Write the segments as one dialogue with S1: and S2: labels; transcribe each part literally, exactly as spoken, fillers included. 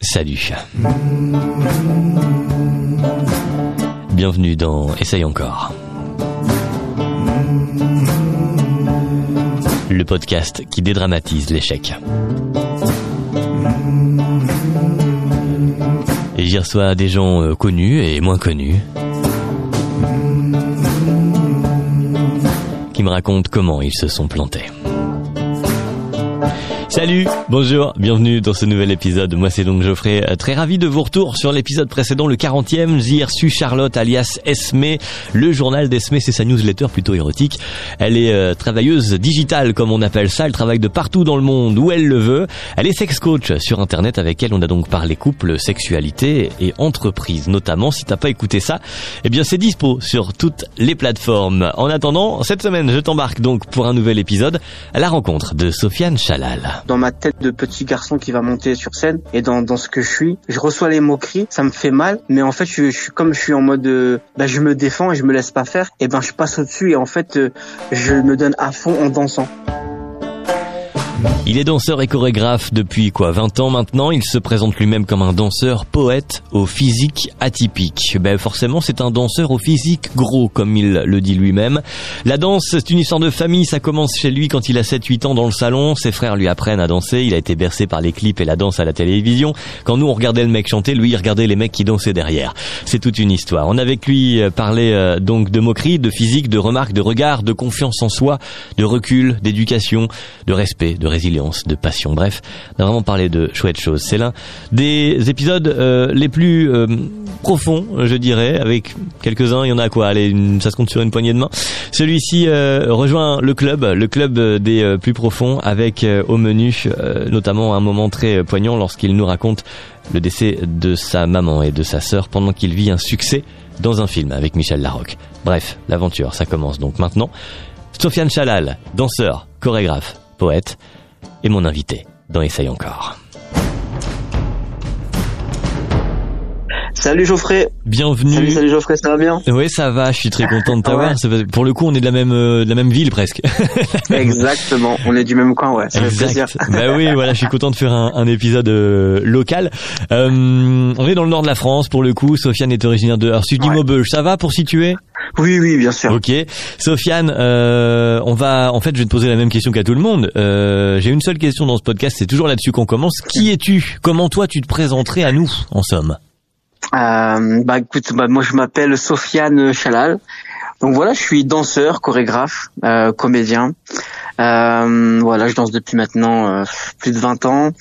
S1: Salut. Bienvenue dans Essaye encore. Le podcast qui dédramatise l'échec. Et j'y reçois des gens connus et moins connus qui me racontent comment ils se sont plantés. Salut, bonjour, bienvenue dans ce nouvel épisode. Moi c'est donc Geoffrey, très ravi de vous retour sur l'épisode précédent, le quarantième. J'y ai reçu Charlotte alias Esmé. Le journal d'Esmé, c'est sa newsletter plutôt érotique. Elle est euh, travailleuse digitale comme on appelle ça, elle travaille de partout dans le monde où elle le veut. Elle est sex coach sur internet, avec elle on a donc parlé couple, sexualité et entreprise notamment. Si t'as pas écouté ça, eh bien c'est dispo sur toutes les plateformes. En attendant, cette semaine je t'embarque donc pour un nouvel épisode à la rencontre de Sofiane Chalal.
S2: Dans ma tête de petit garçon qui va monter sur scène et dans dans ce que je suis, je reçois les moqueries, ça me fait mal, mais en fait je, je suis comme je suis en mode euh, bah je me défends et je me laisse pas faire, et ben je passe au-dessus et en fait euh, je me donne à fond en dansant.
S1: Il est danseur et chorégraphe depuis quoi, vingt ans maintenant. Il se présente lui-même comme un danseur poète au physique atypique. Ben forcément, c'est un danseur au physique gros, comme il le dit lui-même. La danse, c'est une histoire de famille. Ça commence chez lui quand il a sept huit ans dans le salon. Ses frères lui apprennent à danser. Il a été bercé par les clips et la danse à la télévision. Quand nous, on regardait le mec chanter, lui, il regardait les mecs qui dansaient derrière. C'est toute une histoire. On a avec lui parlé euh, donc de moqueries, de physique, de remarques, de regards, de confiance en soi, de recul, d'éducation, de respect, de résilience, de passion. Bref, on a vraiment parlé de chouettes choses. C'est l'un des épisodes euh, les plus euh, profonds, je dirais, avec quelques-uns. Il y en a quoi, allez, une, ça se compte sur une poignée de main. Celui-ci euh, rejoint le club, le club des euh, plus profonds, avec euh, au menu euh, notamment un moment très poignant lorsqu'il nous raconte le décès de sa maman et de sa sœur pendant qu'il vit un succès dans un film avec Michel Larocque. Bref, l'aventure, ça commence donc maintenant. Sofiane Chalal, danseur, chorégraphe, poète, et mon invité dans Essaye encore.
S2: Salut Geoffrey.
S1: Bienvenue.
S2: Salut, salut Geoffrey, ça va bien?
S1: Oui, ça va, je suis très content de t'avoir. Ouais. Pour le coup, on est de la même euh, de la même ville presque.
S2: Exactement, on est du même coin, ouais, ça fait plaisir.
S1: Bah oui, voilà, je suis content de faire un, un épisode euh, local. Euh, on est dans le nord de la France pour le coup. Sofiane est originaire de alors, si je dis ouais. Maubeuge, ça va pour situer?
S2: Oui, oui, bien sûr.
S1: Ok, Sofiane, euh, on va, en fait, je vais te poser la même question qu'à tout le monde. Euh, j'ai une seule question dans ce podcast, c'est toujours là-dessus qu'on commence. Qui es-tu? Comment toi tu te présenterais à nous, en somme?
S2: Euh, bah écoute, bah moi je m'appelle Sofiane Chalal. Donc voilà, je suis danseur, chorégraphe, euh, comédien. Euh, voilà, je danse depuis maintenant euh, plus de vingt ans.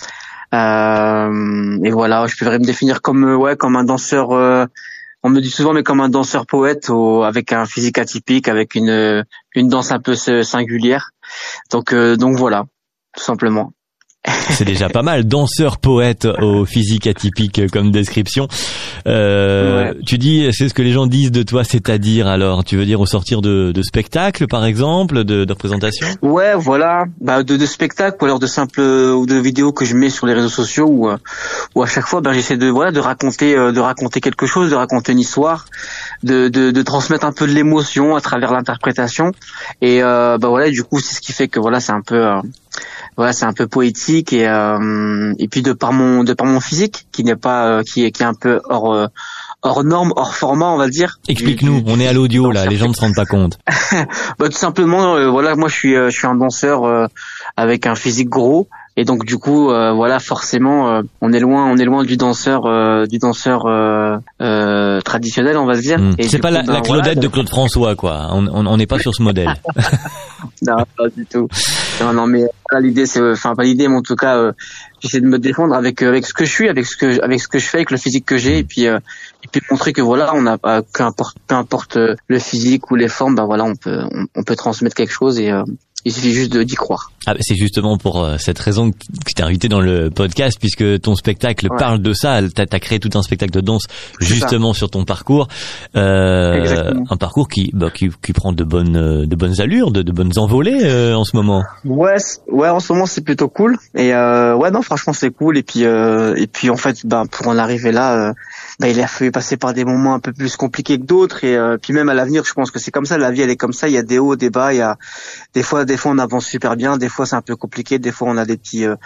S2: Euh, et voilà, je pourrais me définir comme euh, ouais, comme un danseur. Euh, on me dit souvent, mais comme un danseur poète, au, avec un physique atypique, avec une une danse un peu singulière. Donc euh, donc voilà, tout simplement.
S1: C'est déjà pas mal, danseur poète au physique atypique comme description. Euh, ouais. Tu dis, c'est ce que les gens disent de toi, c'est-à-dire alors, tu veux dire au sortir de, de spectacles par exemple, de, de représentations? Ouais,
S2: voilà, bah de, de spectacles ou alors de simples ou de vidéos que je mets sur les réseaux sociaux où, où à chaque fois, bah j'essaie de voilà de raconter de raconter quelque chose, de raconter une histoire, de de, de transmettre un peu de l'émotion à travers l'interprétation. Et euh, bah voilà, du coup c'est ce qui fait que voilà c'est un peu euh, voilà, c'est un peu poétique et euh, et puis de par mon de par mon physique qui n'est pas euh, qui est qui est un peu hors euh, hors norme, hors format, on va dire.
S1: Explique-nous, on est à l'audio là, les gens ne se rendent pas compte.
S2: Bah tout simplement euh, voilà, moi je suis euh, je suis un danseur euh, avec un physique gros. Et donc du coup, euh, voilà, forcément, euh, on est loin, on est loin du danseur, euh, du danseur euh, euh, traditionnel, on va se dire.
S1: Mmh.
S2: Et
S1: c'est pas
S2: coup,
S1: la,
S2: ben,
S1: la Claudette
S2: voilà,
S1: de Claude François, quoi. On n'est pas sur ce modèle.
S2: Non, pas du tout. Non, non, mais là, l'idée, c'est, enfin, pas l'idée, mais en tout cas, euh, j'essaie de me défendre avec avec ce que je suis, avec ce que avec ce que je fais, avec le physique que j'ai, et puis euh, et puis montrer que voilà, on a euh, peu importe peu importe le physique ou les formes, ben voilà, on peut on, on peut transmettre quelque chose et euh, il suffit juste de, d'y croire.
S1: Ah, c'est justement pour euh, cette raison que je t'ai invité dans le podcast, puisque ton spectacle ouais. parle de ça. T'as, t'as créé tout un spectacle de danse c'est justement ça. Sur ton parcours, euh, un parcours qui, bah, qui qui prend de bonnes de bonnes allures, de, de bonnes envolées euh, en ce moment.
S2: Ouais, ouais, en ce moment c'est plutôt cool. Et euh, ouais, non, franchement c'est cool. Et puis euh, et puis en fait, ben pour en arriver là. Euh, Bah, il a fallu passer par des moments un peu plus compliqués que d'autres et euh, puis même à l'avenir, je pense que c'est comme ça, la vie elle est comme ça, il y a des hauts, des bas, il y a des fois des fois on avance super bien, des fois c'est un peu compliqué, des fois on a des petits euh,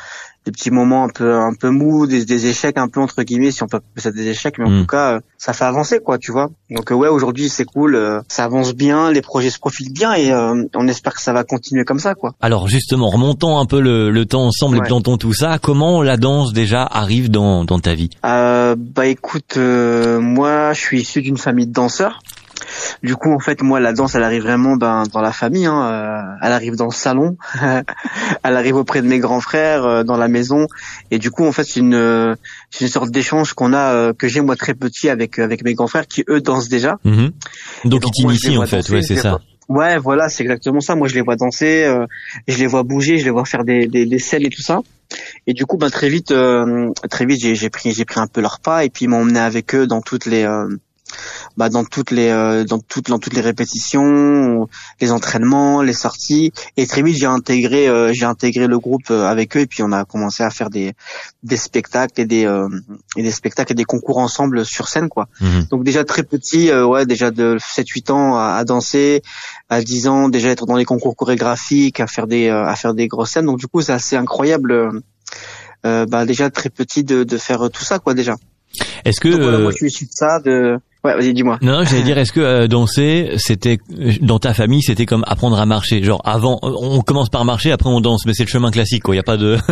S2: des petits moments un peu un peu mous, des, des échecs un peu entre guillemets, si on peut appeler ça des échecs, mais en mmh. tout cas, ça fait avancer quoi, tu vois. Donc ouais, aujourd'hui c'est cool, euh, ça avance bien, les projets se profilent bien et euh, on espère que ça va continuer comme ça quoi.
S1: Alors justement, remontons un peu le, le temps ensemble ouais. et plantons tout ça. Comment la danse déjà arrive dans dans ta vie?
S2: euh, Bah écoute, euh, moi je suis issu d'une famille de danseurs. Du coup, en fait, moi, la danse, elle arrive vraiment ben, dans la famille. Hein. Euh, elle arrive dans le salon, elle arrive auprès de mes grands frères, euh, dans la maison. Et du coup, en fait, c'est une, c'est une sorte d'échange qu'on a, euh, que j'ai moi très petit avec avec mes grands frères qui eux dansent déjà.
S1: Mmh. Donc, donc ils t'initient en fait, danser, ouais, c'est ça.
S2: Vois... Ouais, voilà, c'est exactement ça. Moi, je les vois danser, euh, je les vois bouger, je les vois faire des des, des scènes et tout ça. Et du coup, ben très vite, euh, très vite, j'ai j'ai pris j'ai pris un peu leur pas et puis ils m'ont emmené avec eux dans toutes les euh, bah dans toutes les euh, dans toutes dans toutes les répétitions, les entraînements, les sorties et très vite j'ai intégré euh, j'ai intégré le groupe euh, avec eux et puis on a commencé à faire des des spectacles et des euh, et des spectacles et des concours ensemble sur scène quoi. Mmh. Donc déjà très petit euh, ouais déjà de sept huit ans à, à danser, à dix ans déjà être dans les concours chorégraphiques, à faire des euh, à faire des grosses scènes. Donc du coup c'est assez incroyable euh, euh, bah déjà très petit de de faire tout ça quoi déjà.
S1: Est-ce que
S2: donc, voilà, moi je suis issu de ça de Ouais, vas-y, dis-moi.
S1: Non, non, j'allais dire, est-ce que euh, danser, c'était dans ta famille, c'était comme apprendre à marcher, genre avant, on commence par marcher, après on danse, mais c'est le chemin classique, quoi. Il y a pas de.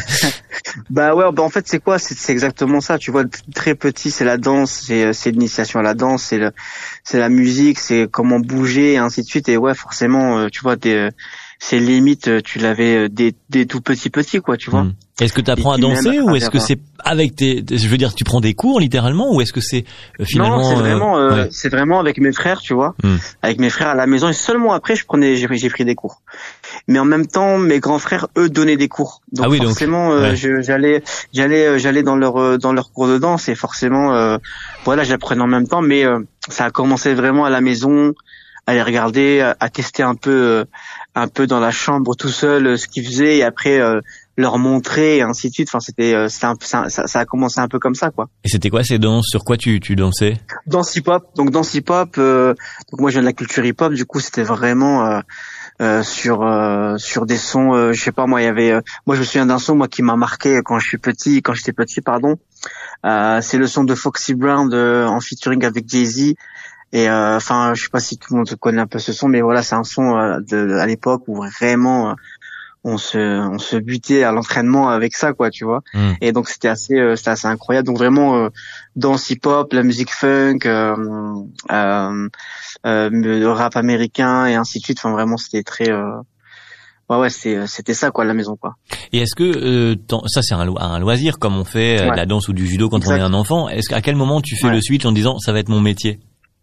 S2: Bah ouais, bah en fait c'est quoi, c'est, c'est exactement ça. Tu vois, très petit, c'est la danse, c'est, c'est l'initiation à la danse, c'est le, c'est la musique, c'est comment bouger et ainsi de suite. Et ouais, forcément, euh, tu vois, t'es, c'est limite, tu l'avais dès, dès tout petit petit, quoi, tu vois. Mmh.
S1: Est-ce que tu apprends à danser ou est-ce que c'est avec tes, je veux dire, tu prends des cours littéralement ou est-ce que c'est euh, finalement
S2: Non, c'est vraiment, euh,
S1: ouais.
S2: c'est vraiment avec mes frères, tu vois, mmh. avec mes frères à la maison et seulement après je prenais, j'ai, j'ai pris des cours. Mais en même temps, mes grands frères, eux, donnaient des cours. Donc ah oui, forcément, donc, ouais. euh, je, j'allais, j'allais, j'allais dans leur, dans leur cours de danse et forcément, euh, voilà, j'apprenais en même temps. Mais euh, ça a commencé vraiment à la maison, à les regarder, à, à tester un peu, euh, un peu dans la chambre tout seul euh, ce qu'ils faisaient et après euh, leur montrer et ainsi de suite. Enfin, c'était, euh, c'était un peu, ça, ça a commencé un peu comme ça, quoi.
S1: Et c'était quoi ces danses? Sur quoi tu, tu dansais?
S2: Danse hip-hop. Donc danse hip-hop. Euh, donc moi, je viens de la culture hip-hop. Du coup, c'était vraiment euh, euh, sur euh, sur des sons. Euh, je sais pas, moi, il y avait. Euh, moi, je me souviens d'un son moi qui m'a marqué quand je suis petit, quand j'étais petit, pardon. Euh, c'est le son de Foxy Brown de, en featuring avec Jay-Z. Et enfin, euh, je sais pas si tout le monde connaît un peu ce son, mais voilà, c'est un son euh, de à l'époque où vraiment euh, on se on se butait à l'entraînement avec ça, quoi, tu vois. Mm. Et donc c'était assez euh, c'était assez incroyable. Donc vraiment euh, danse hip-hop, la musique funk, euh, euh, euh, le rap américain et ainsi de suite. Enfin vraiment, c'était très euh, ouais ouais, c'est c'était ça quoi, la maison, quoi.
S1: Et est-ce que euh, ça c'est un, lo- un loisir comme on fait euh, ouais. de la danse ou du judo quand exact. On est un enfant? Est-ce qu'à quel moment tu fais ouais. le switch en disant ça va être mon métier?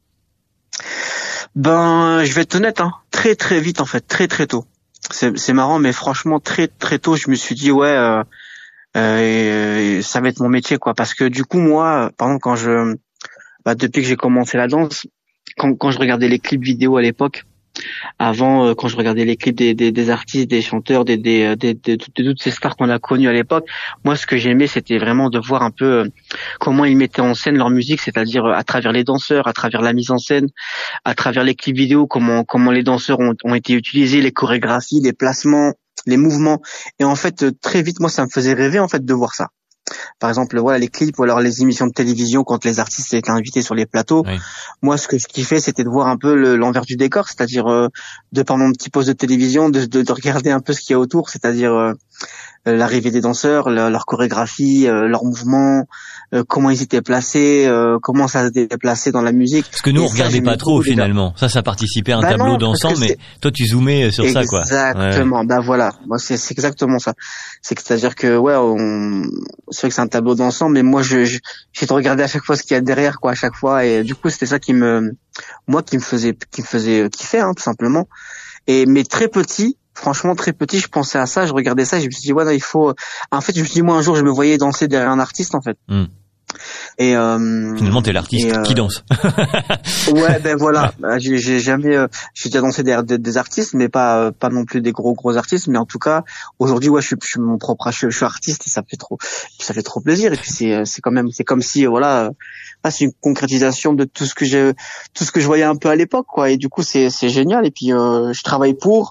S2: Ben, je vais être honnête, hein, très très vite en fait, très très tôt. C'est, c'est marrant, mais franchement très très tôt, je me suis dit ouais, euh, euh, ça va être mon métier, quoi. Parce que du coup moi, par exemple quand je, bah, depuis que j'ai commencé la danse, quand, quand je regardais les clips vidéo à l'époque, avant euh, quand je regardais les clips des, des, des artistes, des chanteurs, des, des, des, des, de, de toutes ces stars qu'on a connues à l'époque, moi ce que j'aimais c'était vraiment de voir un peu euh, comment ils mettaient en scène leur musique, c'est-à-dire euh, à travers les danseurs, à travers la mise en scène, à travers les clips vidéo, comment comment les danseurs ont, ont été utilisés, les chorégraphies, les placements, les mouvements. Et en fait euh, très vite moi ça me faisait rêver en fait de voir ça. Par exemple, voilà les clips ou alors les émissions de télévision quand les artistes étaient invités sur les plateaux. Oui. Moi, ce que je kiffais, c'était de voir un peu le, l'envers du décor, c'est-à-dire euh, de par mon petit poste de télévision, de, de, de regarder un peu ce qu'il y a autour, c'est-à-dire euh, l'arrivée des danseurs, leur, leur chorégraphie, euh, leurs mouvements, euh, comment ils étaient placés, euh, comment ça s'était placé dans la musique.
S1: Parce que nous, et on ça, regardait pas trop finalement. Ça, ça participait à un bah tableau non, dansant, mais toi, tu zoomais sur
S2: exactement,
S1: ça, quoi.
S2: Exactement. Ouais. Bah voilà. Moi, c'est, c'est exactement ça. C'est que c'est-à-dire que ouais, on... c'est vrai que c'est un tableau dansant, mais moi, je, je, j'ai de regarder à chaque fois ce qu'il y a derrière, quoi, à chaque fois. Et du coup, c'était ça qui me, moi, qui me faisait, qui me faisait kiffer, hein, tout simplement. Et mais très petit. Franchement, très petit, je pensais à ça, je regardais ça, et je me suis dit, ouais, non, il faut... En fait, je me suis dit, moi, un jour, je me voyais danser derrière un artiste, en fait. Mm. Et euh,
S1: finalement, t'es l'artiste euh, qui danse.
S2: Ouais, ben voilà. J'ai, j'ai jamais... Euh, j'ai déjà dansé derrière des, des artistes, mais pas euh, pas non plus des gros, gros artistes. Mais en tout cas, aujourd'hui, ouais, je suis, je suis mon propre... Je, je suis artiste et ça fait trop... Ça fait trop plaisir. Et puis, c'est c'est quand même... C'est comme si, voilà... Ah, c'est une concrétisation de tout ce que j'ai... Tout ce que je voyais un peu à l'époque, quoi. Et du coup, c'est c'est génial. Et puis, euh, je travaille pour...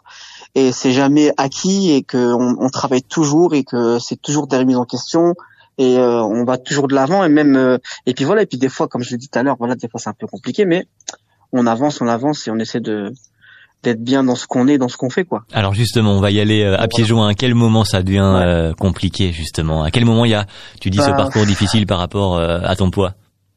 S2: et c'est jamais acquis et que on, on travaille toujours et que c'est toujours des remises en question et euh, on va toujours de l'avant et même euh, et puis voilà et puis des fois comme je l'ai dit tout à l'heure voilà des fois c'est un peu compliqué mais on avance on avance et on essaie de d'être bien dans ce qu'on est dans ce qu'on fait quoi.
S1: Alors justement on va y aller euh, à pieds joints. À quel moment ça devient ouais. euh, compliqué justement? À quel moment il y a tu dis bah, ce parcours difficile par rapport euh, à ton poids?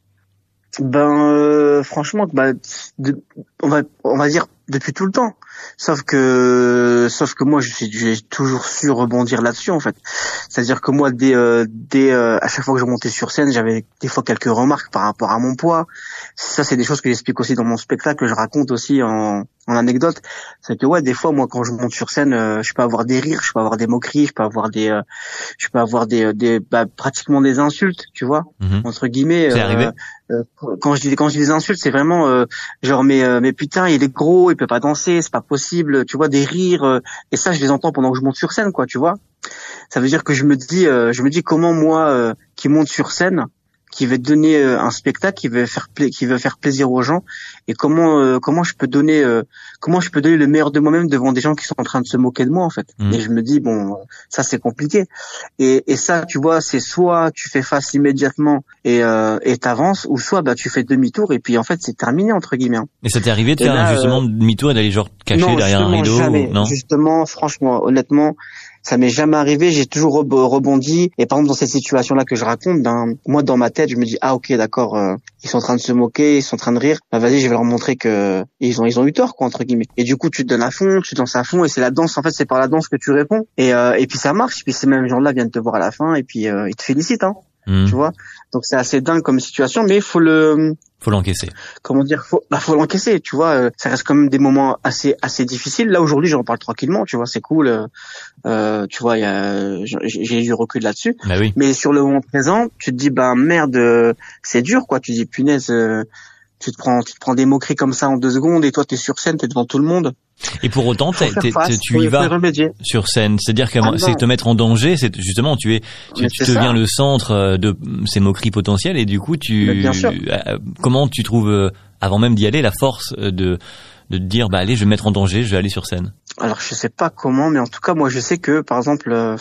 S2: Ben euh, franchement bah de, on va on va dire depuis tout le temps. Sauf que, sauf que moi, je suis, j'ai toujours su rebondir là-dessus en fait. C'est-à-dire que moi, dès, euh, dès, euh, à chaque fois que je montais sur scène, j'avais des fois quelques remarques par rapport à mon poids. Ça, c'est des choses que j'explique aussi dans mon spectacle, que je raconte aussi en, en anecdote. C'est que ouais, des fois, moi, quand je monte sur scène, euh, je peux avoir des rires, je peux avoir des moqueries, je peux avoir des, euh, je peux avoir des, des, bah, pratiquement des insultes, tu vois, mm-hmm. entre guillemets.
S1: C'est euh, arrivé.
S2: Euh, quand je dis, quand je dis des insultes, c'est vraiment euh, genre mais, euh, mais putain, il est gros, il peut pas danser, c'est pas possible, tu vois, des rires euh, et ça je les entends pendant que je monte sur scène quoi, tu vois. Ça veut dire que je me dis euh, je me dis comment moi euh, qui monte sur scène, qui vais donner euh, un spectacle qui veut faire pla- qui veut faire plaisir aux gens et comment euh, comment je peux donner euh, comment je peux donner le meilleur de moi-même devant des gens qui sont en train de se moquer de moi en fait. Mmh. Et je me dis bon ça c'est compliqué. Et et ça tu vois, c'est soit tu fais face immédiatement et euh, et t'avances ou soit bah tu fais demi-tour et puis en fait c'est terminé entre guillemets.
S1: Et ça t'est arrivé de et faire là, justement euh... demi-tour et d'aller genre cacher
S2: non,
S1: derrière un rideau
S2: jamais.
S1: Non,
S2: justement franchement honnêtement ça m'est jamais arrivé, j'ai toujours rebondi. Et par exemple, dans cette situation-là que je raconte, ben, moi, dans ma tête, je me dis, ah, ok, d'accord, euh, ils sont en train de se moquer, ils sont en train de rire. Bah, vas-y, je vais leur montrer que ils ont, ils ont eu tort, quoi, entre guillemets. Et du coup, tu te donnes à fond, tu danses à fond, et c'est la danse, en fait, c'est par la danse que tu réponds. Et, euh, et puis ça marche. Et puis ces mêmes gens-là viennent te voir à la fin, et puis euh, ils te félicitent, hein. Mmh. Tu vois. Donc c'est assez dingue comme situation, mais il faut le,
S1: faut l'encaisser.
S2: Comment dire, faut, bah, faut l'encaisser, tu vois. Euh, ça reste quand même des moments assez, assez difficiles. Là aujourd'hui, j'en parle tranquillement, tu vois, c'est cool. Euh, tu vois, il y a, j'ai eu du recul là-dessus.
S1: Bah oui.
S2: Mais sur le moment présent, tu te dis, bah merde, c'est dur, quoi. Tu te dis, punaise, euh, tu te prends, tu te prends des moqueries comme ça en deux secondes, et toi, t'es sur scène, t'es devant tout le monde.
S1: Et pour autant, t'es, t'es,
S2: face,
S1: tu y vas sur scène. C'est-à-dire que ah c'est te mettre en danger. C'est justement, tu es, tu, tu deviens le centre de ces moqueries potentielles et du coup, tu,
S2: bien sûr.
S1: Comment tu trouves, avant même d'y aller, la force de, de te dire, bah allez, je vais me mettre en danger, je vais aller sur scène.
S2: Alors, je sais pas comment, mais en tout cas, moi, je sais que, par exemple, euh,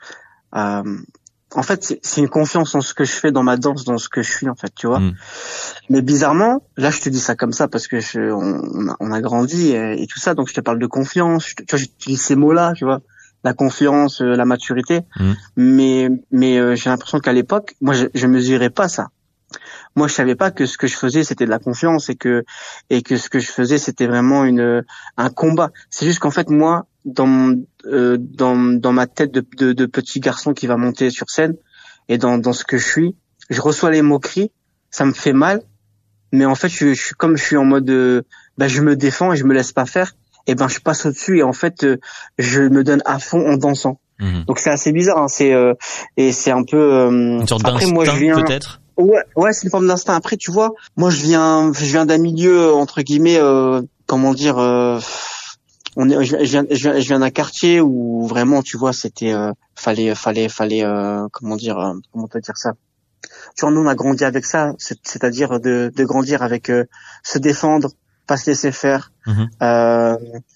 S2: euh, en fait, c'est, c'est une confiance en ce que je fais dans ma danse, dans ce que je suis, en fait, tu vois. Mm. Mais bizarrement, là, je te dis ça comme ça parce que je, on, a, on a grandi et, et tout ça, donc je te parle de confiance. Je, tu vois, j'utilise ces mots-là, tu vois, la confiance, euh, la maturité. Mm. Mais, mais euh, j'ai l'impression qu'à l'époque, moi, je, je mesurais pas ça. Moi, je savais pas que ce que je faisais, c'était de la confiance et que et que ce que je faisais, c'était vraiment une un combat. C'est juste qu'en fait, moi, dans mon, euh, dans dans ma tête de, de de petit garçon qui va monter sur scène et dans dans ce que je suis, je reçois les moqueries, ça me fait mal, mais en fait, je, je suis comme je suis en mode, euh, bah, je me défends et je me laisse pas faire. Et ben, je passe au-dessus et en fait, euh, je me donne à fond en dansant. Mmh. Donc c'est assez bizarre, hein, c'est euh, et c'est un peu euh,
S1: une sorte après, d'instinct, moi, je viens, peut-être.
S2: Ouais, ouais, c'est une forme d'instinct. Après, tu vois, moi, je viens, je viens d'un milieu entre guillemets, euh, comment dire, euh, on est, je viens, je viens, je viens d'un quartier où vraiment, tu vois, c'était, euh, fallait, fallait, fallait, euh, comment dire, euh, comment te dire ça. Tu vois, nous, on a grandi avec ça, c'est, c'est-à-dire de, de grandir avec euh, se défendre, pas se laisser faire. Mmh. Euh,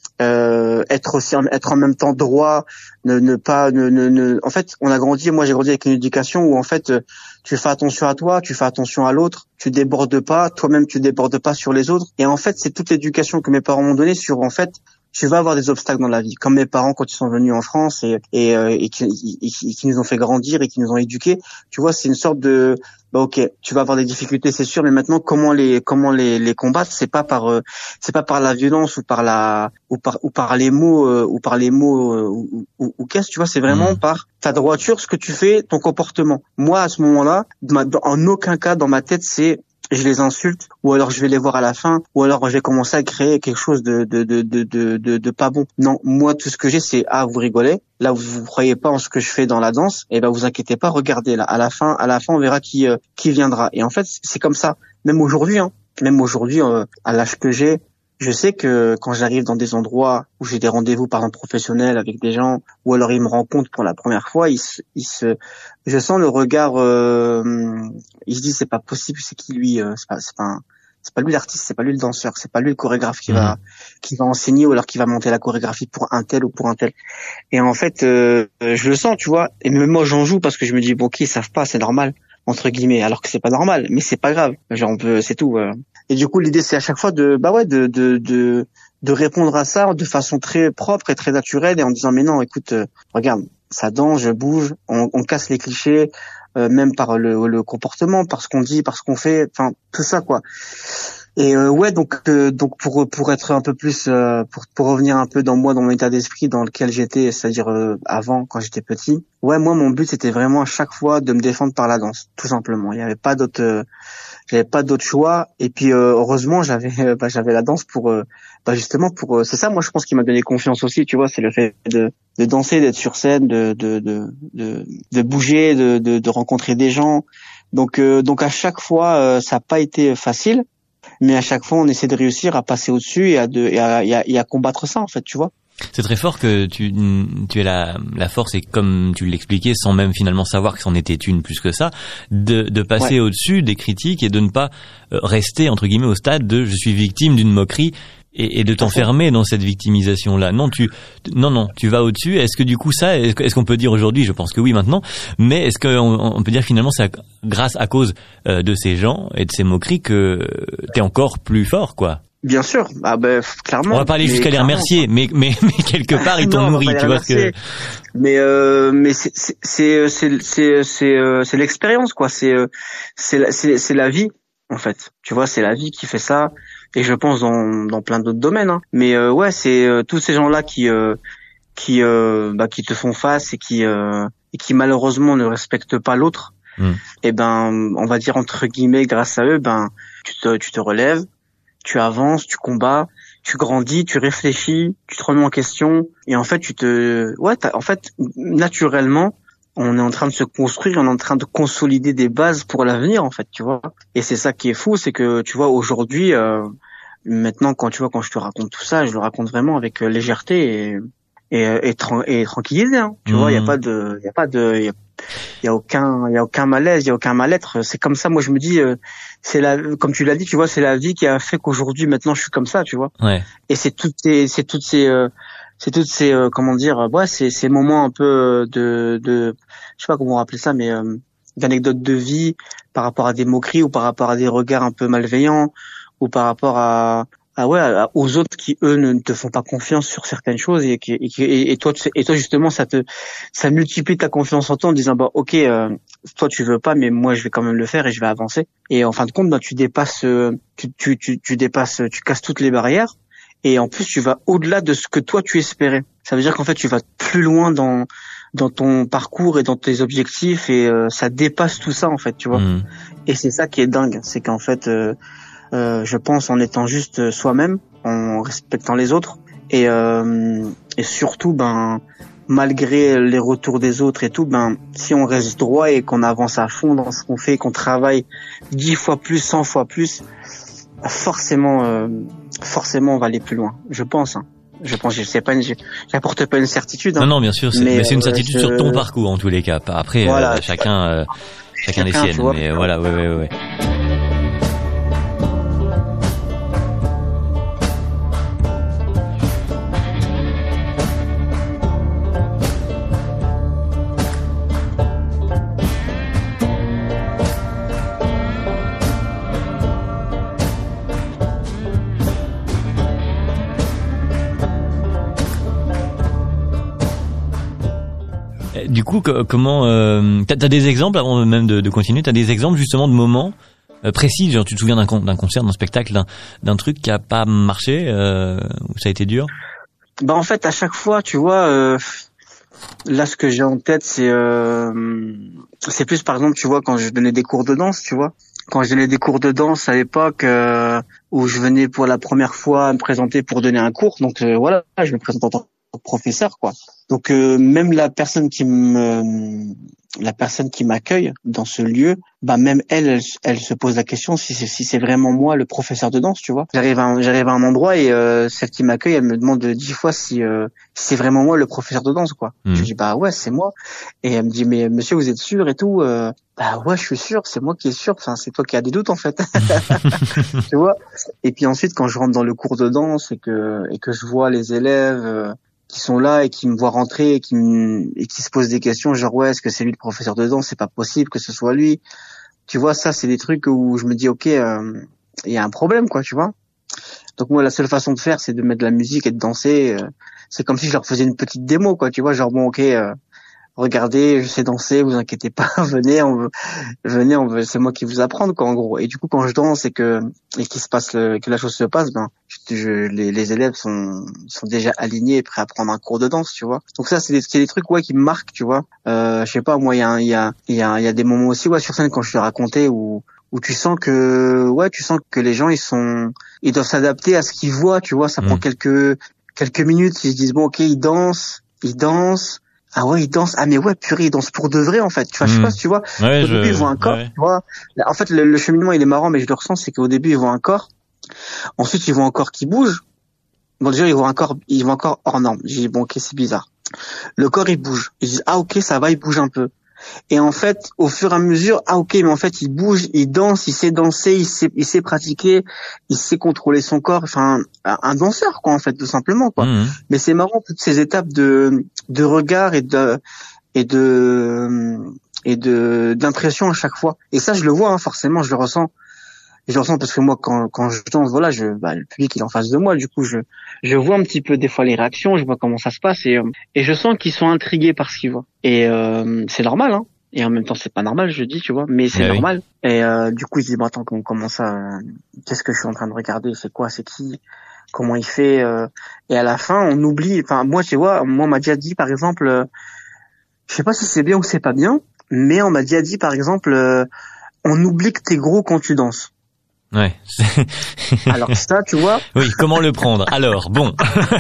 S2: Euh, être aussi, être en même temps droit, ne, ne pas, ne, ne, ne. En fait, on a grandi. Moi, j'ai grandi avec une éducation où en fait, tu fais attention à toi, tu fais attention à l'autre, tu débordes pas, toi-même tu débordes pas sur les autres. Et en fait, c'est toute l'éducation que mes parents m'ont donnée sur en fait. Tu vas avoir des obstacles dans la vie, comme mes parents quand ils sont venus en France et et, et, qui, et, et qui nous ont fait grandir et qui nous ont éduqués. Tu vois, c'est une sorte de bah ok, tu vas avoir des difficultés, c'est sûr, mais maintenant comment les comment les les combattre, c'est pas par euh, c'est pas par la violence ou par la ou par ou par les mots euh, ou par les mots euh, ou, ou, ou qu'est-ce tu vois, c'est vraiment mmh. par ta droiture, ce que tu fais, ton comportement. Moi à ce moment-là, en aucun cas dans ma tête c'est je les insulte, ou alors je vais les voir à la fin, ou alors je vais commencer à créer quelque chose de de de de de, de, de pas bon. Non, moi tout ce que j'ai c'est ah vous rigolez, là vous vous croyez pas en ce que je fais dans la danse, et ben vous inquiétez pas, regardez là à la fin à la fin on verra qui euh, qui viendra. Et en fait c'est comme ça, même aujourd'hui hein, même aujourd'hui euh, à l'âge que j'ai, je sais que quand j'arrive dans des endroits où j'ai des rendez-vous par exemple professionnels avec des gens, ou alors ils me rencontrent pour la première fois, ils se, ils se je sens le regard, euh, ils se disent c'est pas possible, c'est qui lui, euh, c'est pas c'est pas un, C'est pas lui l'artiste, c'est pas lui le danseur, c'est pas lui le chorégraphe qui
S1: mmh.
S2: va qui va enseigner ou alors qui va monter la chorégraphie pour un tel ou pour un tel. Et en fait, euh, je le sens, tu vois. Et même moi, j'en joue parce que je me dis bon, ok, ils savent pas, c'est normal entre guillemets, alors que c'est pas normal, mais c'est pas grave. Genre on peut, c'est tout. Euh. Et du coup, l'idée c'est à chaque fois de bah ouais de de de de répondre à ça de façon très propre et très naturelle et en disant mais non, écoute, euh, regarde, ça danse, je bouge, on, on casse les clichés, euh, même par le, le comportement, par ce qu'on dit, par ce qu'on fait, enfin tout ça quoi. Et euh, ouais, donc euh, donc pour pour être un peu plus euh, pour pour revenir un peu dans moi dans mon état d'esprit dans lequel j'étais, c'est-à-dire euh, avant quand j'étais petit. Ouais, moi mon but c'était vraiment à chaque fois de me défendre par la danse, tout simplement. Il y avait pas d'autre euh, j'avais pas d'autre choix et puis euh, heureusement, j'avais euh, bah, j'avais la danse pour euh, bah justement pour euh, c'est ça moi je pense qui m'a donné confiance aussi, tu vois, c'est le fait de de danser, d'être sur scène, de de de de, de bouger, de, de de rencontrer des gens. Donc euh, donc à chaque fois euh, ça a pas été facile. Mais à chaque fois, on essaie de réussir à passer au-dessus et à, de, et à, et à, et à combattre ça, en fait, tu vois.
S1: C'est très fort que tu, tu aies la, la force, et comme tu l'expliquais, sans même finalement savoir que c'en était une plus que ça, de, de passer ouais. au-dessus des critiques et de ne pas rester, entre guillemets, au stade de « je suis victime d'une moquerie ». Et, et de t'enfermer dans cette victimisation-là. Non, tu, non, non, tu vas au-dessus. Est-ce que du coup ça, est-ce, est-ce qu'on peut dire aujourd'hui, je pense que oui maintenant, mais est-ce qu'on on peut dire finalement c'est grâce à cause euh, de ces gens et de ces moqueries que t'es encore plus fort, quoi?
S2: Bien sûr, ah ben clairement.
S1: On va pas aller jusqu'à les remercier, mais mais mais quelque part ils t'ont nourri, tu vois ce que.
S2: Mais euh, mais c'est c'est c'est c'est c'est c'est, c'est l'expérience, quoi. C'est c'est c'est c'est la vie en fait. Tu vois, c'est la vie qui fait ça. Et je pense dans dans plein d'autres domaines, hein. Mais euh, ouais, c'est euh, tous ces gens-là qui euh, qui euh, bah qui te font face et qui euh, et qui malheureusement ne respectent pas l'autre. Mm. Et ben, on va dire entre guillemets, grâce à eux, ben tu te tu te relèves, tu avances, tu combats, tu grandis, tu réfléchis, tu te remets en question. Et en fait, tu te ouais, t'as, en fait, naturellement, on est en train de se construire, on est en train de consolider des bases pour l'avenir, en fait, tu vois. Et c'est ça qui est fou, c'est que, tu vois, aujourd'hui, euh, maintenant, quand tu vois, quand je te raconte tout ça, je le raconte vraiment avec euh, légèreté et et et, tra- et tranquillité, hein. Tu mmh. vois, il y a pas de, il y a pas de, il y a, y a aucun, il y a aucun malaise, il y a aucun mal-être. C'est comme ça. Moi, je me dis, euh, c'est la, comme tu l'as dit, tu vois, c'est la vie qui a fait qu'aujourd'hui, maintenant, je suis comme ça, tu vois.
S1: Ouais.
S2: Et c'est toutes ces, c'est toutes ces euh, c'est toutes ces euh, comment dire ouais c'est ces moments un peu de de je sais pas comment on appeler ça mais euh, d'anecdotes de vie par rapport à des moqueries ou par rapport à des regards un peu malveillants ou par rapport à à ouais à, aux autres qui eux ne te font pas confiance sur certaines choses et qui et, et, et toi et toi justement ça te ça multiplie ta confiance en toi en disant bah ok euh, toi tu veux pas mais moi je vais quand même le faire et je vais avancer et en fin de compte bah tu dépasses euh, tu tu tu tu dépasses tu casses toutes les barrières. Et en plus, tu vas au-delà de ce que toi tu espérais. Ça veut dire qu'en fait, tu vas plus loin dans dans ton parcours et dans tes objectifs et euh, ça dépasse tout ça en fait, tu vois. Mmh. Et c'est ça qui est dingue, c'est qu'en fait, euh, euh, je pense en étant juste soi-même, en respectant les autres et euh, et surtout, ben malgré les retours des autres et tout, ben si on reste droit et qu'on avance à fond dans ce qu'on fait, qu'on travaille dix fois plus, cent fois plus. Forcément, euh, forcément, on va aller plus loin. Je pense. Hein. Je pense. Je sais pas. Je j'apporte pas une certitude. Hein.
S1: Non, non, bien sûr. C'est, mais, mais c'est une certitude euh, je... sur ton parcours en tous les cas. Après, voilà, euh, chacun, euh, chacun, chacun les siennes. Mais voilà, ouais, ouais, ouais. Du coup, comment euh, t'as, t'as des exemples avant même de, de continuer. T'as des exemples justement de moments euh, précis, genre tu te souviens d'un, con, d'un concert, d'un spectacle, d'un, d'un truc qui a pas marché, euh, où ça a été dur.
S2: Bah en fait, à chaque fois, tu vois, euh, là ce que j'ai en tête, c'est euh, c'est plus par exemple, tu vois, quand je donnais des cours de danse, tu vois, quand je donnais des cours de danse à l'époque euh, où je venais pour la première fois me présenter pour donner un cours, donc euh, voilà, je me présente en tant professeur, quoi. Donc euh, même la personne qui me la personne qui m'accueille dans ce lieu, bah même elle, elle, elle se pose la question si c'est si c'est vraiment moi le professeur de danse, tu vois. J'arrive à un, j'arrive à un endroit et euh, celle qui m'accueille, elle me demande dix fois si, euh, si c'est vraiment moi le professeur de danse, quoi. Mmh. Je dis bah ouais, c'est moi. Et elle me dit mais monsieur, vous êtes sûr et tout euh, Bah ouais, je suis sûr, c'est moi qui est sûr. Enfin, c'est toi qui as des doutes en fait. Tu vois. Et puis ensuite, quand je rentre dans le cours de danse et que et que je vois les élèves euh, qui sont là et qui me voient rentrer et qui me, et qui se posent des questions genre ouais, est-ce que c'est lui le professeur de danse? C'est pas possible que ce soit lui. Tu vois, ça c'est des trucs où je me dis ok, il euh, y a un problème, quoi, tu vois. Donc moi la seule façon de faire c'est de mettre de la musique et de danser. Euh, c'est comme si je leur faisais une petite démo, quoi, tu vois, genre bon ok, euh, regardez, je sais danser, vous inquiétez pas, venez, on veut, venez, on veut, c'est moi qui vous apprendre, quoi, en gros. Et du coup, quand je danse et que et qu'il se passe le, que la chose se passe, ben, je, je, les, les élèves sont sont déjà alignés et prêts à prendre un cours de danse, tu vois. Donc ça, c'est des, c'est des trucs ouais qui me marquent, tu vois. Euh, je sais pas, moi, il y a il y a il y a il y a des moments aussi ouais sur scène quand je te racontais où où tu sens que ouais, tu sens que les gens ils sont ils doivent s'adapter à ce qu'ils voient, tu vois. Ça mmh. prend quelques quelques minutes, ils se disent bon ok, ils dansent, ils dansent. Ah ouais, ils dansent. Ah mais ouais, purée, ils dansent pour de vrai en fait. Tu vois, mmh. je sais pas si tu vois.
S1: Ouais,
S2: au
S1: je...
S2: début, ils voient un corps, ouais. tu vois. En fait, le, le cheminement, il est marrant, mais je le ressens, c'est qu'au début, ils voient un corps. Ensuite, ils voient un corps qui bouge. Bon, déjà, ils voient un corps, ils voient un corps hors norme. J'ai dit bon, ok, c'est bizarre. Le corps, il bouge. Ils disent ah ok, ça va, il bouge un peu. Et en fait, au fur et à mesure, ah ok, mais en fait, il bouge, il danse, il sait danser, il sait, il sait pratiquer, il sait contrôler son corps. Enfin, un danseur, quoi, en fait, tout simplement, quoi. Mmh. Mais c'est marrant toutes ces étapes de de regard et de et de et de d'impression à chaque fois. Et ça, je le vois, hein, forcément, je le ressens. Je le ressens parce que moi, quand quand je danse, voilà, je, bah, le public il est en face de moi, du coup, je je vois un petit peu des fois les réactions, je vois comment ça se passe et et je sens qu'ils sont intrigués par ce qu'ils voient. Et euh, c'est normal, hein. Et en même temps, c'est pas normal, je dis, tu vois, mais c'est ouais, normal. Oui. Et euh, du coup, je dis, bon, attends, comment ça euh, qu'est-ce que je suis en train de regarder? C'est quoi? C'est qui? Comment il fait? euh, Et à la fin, on oublie. Enfin, moi, tu vois, moi, on m'a déjà dit, par exemple, euh, je sais pas si c'est bien ou c'est pas bien, mais on m'a déjà dit, par exemple, euh, on oublie que t'es gros quand tu danses.
S1: Ouais.
S2: Alors ça, tu vois.
S1: Oui, comment le prendre? Alors, bon.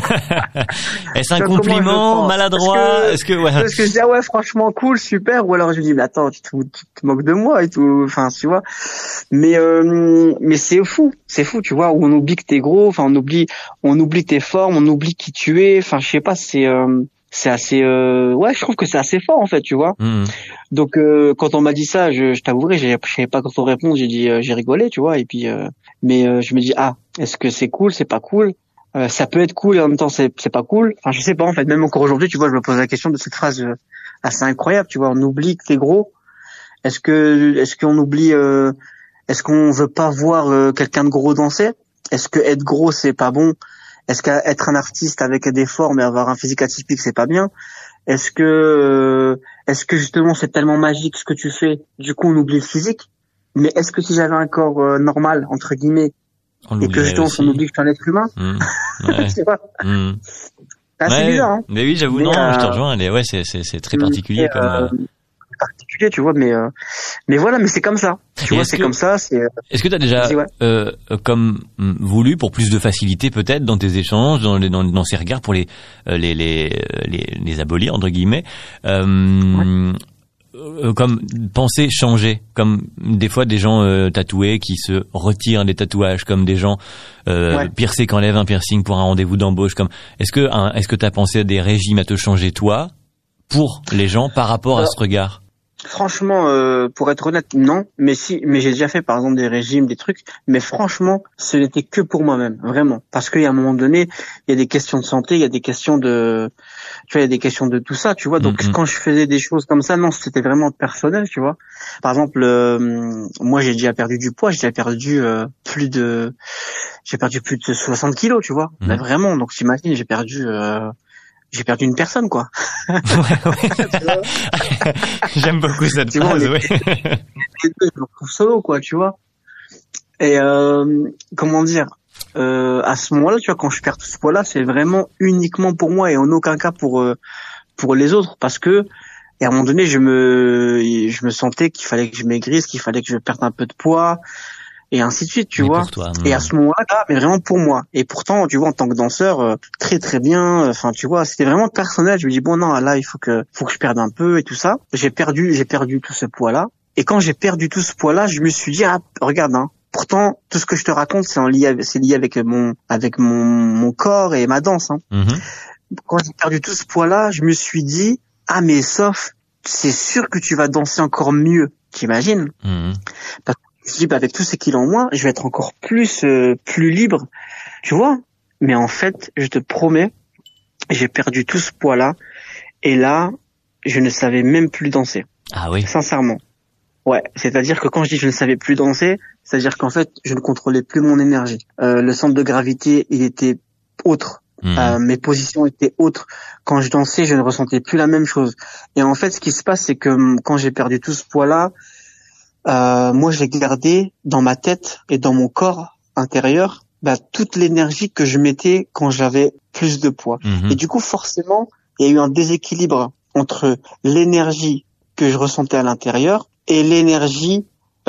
S1: Est-ce un compliment maladroit?
S2: Est-ce
S1: que,
S2: est-ce que ouais. Parce que je dis ah ouais, franchement cool, super. Ou alors je me dis mais attends, tu te, tu te moques de moi et tout. Enfin, tu vois. Mais euh, mais c'est fou, c'est fou, tu vois. Où on oublie que t'es gros. Enfin, on oublie, on oublie tes formes, on oublie qui tu es. Enfin, je sais pas, c'est. Euh, c'est assez euh... ouais, je trouve que c'est assez fort en fait, tu vois. Mmh. Donc euh, quand on m'a dit ça, je, je t'avouerai, je savais pas quand on répond, j'ai dit euh, j'ai rigolé, tu vois, et puis euh, mais euh, je me dis ah, est-ce que c'est cool, c'est pas cool, euh, ça peut être cool et en même temps c'est c'est pas cool. Enfin, je sais pas en fait, même encore aujourd'hui, tu vois, je me pose la question de cette phrase euh, assez incroyable, tu vois, on oublie que t'es gros. Est-ce que est-ce qu'on oublie euh, est-ce qu'on veut pas voir euh, quelqu'un de gros danser? Est-ce que être gros c'est pas bon? Est-ce qu'être un artiste avec des formes et avoir un physique atypique, c'est pas bien? Est-ce que, euh, est-ce que justement c'est tellement magique ce que tu fais, du coup on oublie le physique? Mais est-ce que si j'avais un corps euh, normal, entre guillemets, on et que justement on oublie que je suis un être humain, mmh. Ouais. C'est pas. Mmh. C'est assez ouais, bizarre, hein.
S1: Mais oui, j'avoue, mais non, euh, je te rejoins. Ouais, c'est, c'est, c'est très particulier
S2: mais,
S1: comme.
S2: Euh, particulier, tu vois, mais euh, mais voilà, mais c'est comme ça. Tu et vois, c'est que, comme ça. C'est.
S1: Est-ce que t'as déjà, ouais. euh, comme voulu, pour plus de facilité peut-être dans tes échanges, dans les, dans, dans ces regards, pour les les les les, les abolir entre guillemets, euh, ouais. euh, comme penser changer, comme des fois des gens euh, tatoués qui se retirent des tatouages, comme des gens euh, ouais. piercés qui enlèvent un piercing pour un rendez-vous d'embauche, comme est-ce que un, est-ce que t'as pensé à des régimes à te changer toi pour les gens par rapport Alors, à ce regard?
S2: Franchement, euh, pour être honnête, non. Mais si, mais j'ai déjà fait par exemple des régimes, des trucs. Mais franchement, ce n'était que pour moi-même, vraiment. Parce qu'il y a un moment donné, il y a des questions de santé, il y a des questions de, tu vois, il y a des questions de tout ça, tu vois. Donc mm-hmm. quand je faisais des choses comme ça, non, c'était vraiment personnel, tu vois. Par exemple, euh, moi j'ai déjà perdu du poids, j'ai déjà perdu euh, plus de, j'ai perdu plus de soixante kilos, tu vois. Mm-hmm. Mais vraiment, donc t'imagines, j'ai perdu. Euh, J'ai perdu une personne, quoi.
S1: Ouais, ouais. J'aime beaucoup cette tu phrase, oui.
S2: Je me trouve solo, quoi, tu vois. Et euh, comment dire, euh, à ce moment-là, tu vois, quand je perds tout ce poids-là, c'est vraiment uniquement pour moi et en aucun cas pour euh, pour les autres, parce que et à un moment donné, je me je me sentais qu'il fallait que je maigrisse, qu'il fallait que je perde un peu de poids. et ainsi de suite, tu
S1: mais
S2: vois.
S1: Pour toi,
S2: et à ce moment-là, mais vraiment pour moi. Et pourtant, tu vois, en tant que danseur, euh, très très bien. Enfin, tu vois, c'était vraiment personnel. Je me dis bon non, là, il faut que faut que je perde un peu et tout ça. J'ai perdu, j'ai perdu tout ce poids-là. Et quand j'ai perdu tout ce poids-là, je me suis dit ah regarde, hein. Pourtant, tout ce que je te raconte, c'est en lié, c'est lié avec mon avec mon mon corps et ma danse. Hein.
S1: Mm-hmm.
S2: Quand j'ai perdu tout ce poids-là, je me suis dit ah mais sauf, c'est sûr que tu vas danser encore mieux. T'imagines?
S1: Mm-hmm.
S2: Parce que je me dis bah, avec tous ces kilos en moins, je vais être encore plus euh, plus libre, tu vois. Mais en fait, je te promets, j'ai perdu tout ce poids-là et là, je ne savais même plus danser.
S1: Ah oui.
S2: Sincèrement. Ouais, c'est-à-dire que quand je dis je ne savais plus danser, c'est-à-dire qu'en fait, je ne contrôlais plus mon énergie. Euh, le centre de gravité, il était autre. Mmh. Euh, mes positions étaient autres. Quand je dansais, je ne ressentais plus la même chose. Et en fait, ce qui se passe, c'est que quand j'ai perdu tout ce poids-là, euh, moi, j'ai gardé dans ma tête et dans mon corps intérieur bah, toute l'énergie que je mettais quand j'avais plus de poids. Mmh. Et du coup, forcément, il y a eu un déséquilibre entre l'énergie que je ressentais à l'intérieur et l'énergie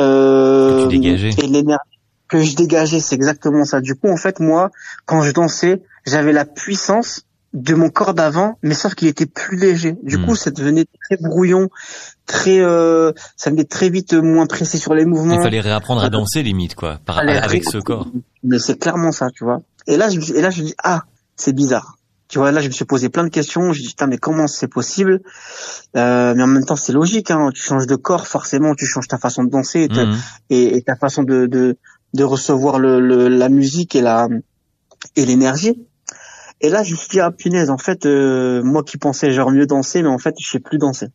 S2: euh,
S1: que tu dégageais.
S2: Et l'énergie que je dégageais, c'est exactement ça. Du coup, en fait, moi, quand je dansais, j'avais la puissance de mon corps d'avant, mais sauf qu'il était plus léger. Du mmh. coup, ça devenait très brouillon, très, euh, ça devenait très vite moins précis sur les mouvements.
S1: Il fallait réapprendre à danser limite, quoi, par, avec ce corps.
S2: Mais c'est clairement ça, tu vois. Et là, je, et là, je dis ah, c'est bizarre. Tu vois, là, je me suis posé plein de questions. Je me dis, putain, mais comment c'est possible? euh, Mais en même temps, c'est logique. Hein. Tu changes de corps, forcément, tu changes ta façon de danser et, mmh. et, et ta façon de, de, de recevoir le, le, la musique et la et l'énergie. Et là, je me suis dit, ah punaise, en fait, euh, moi qui pensais genre mieux danser, mais en fait, je sais plus danser.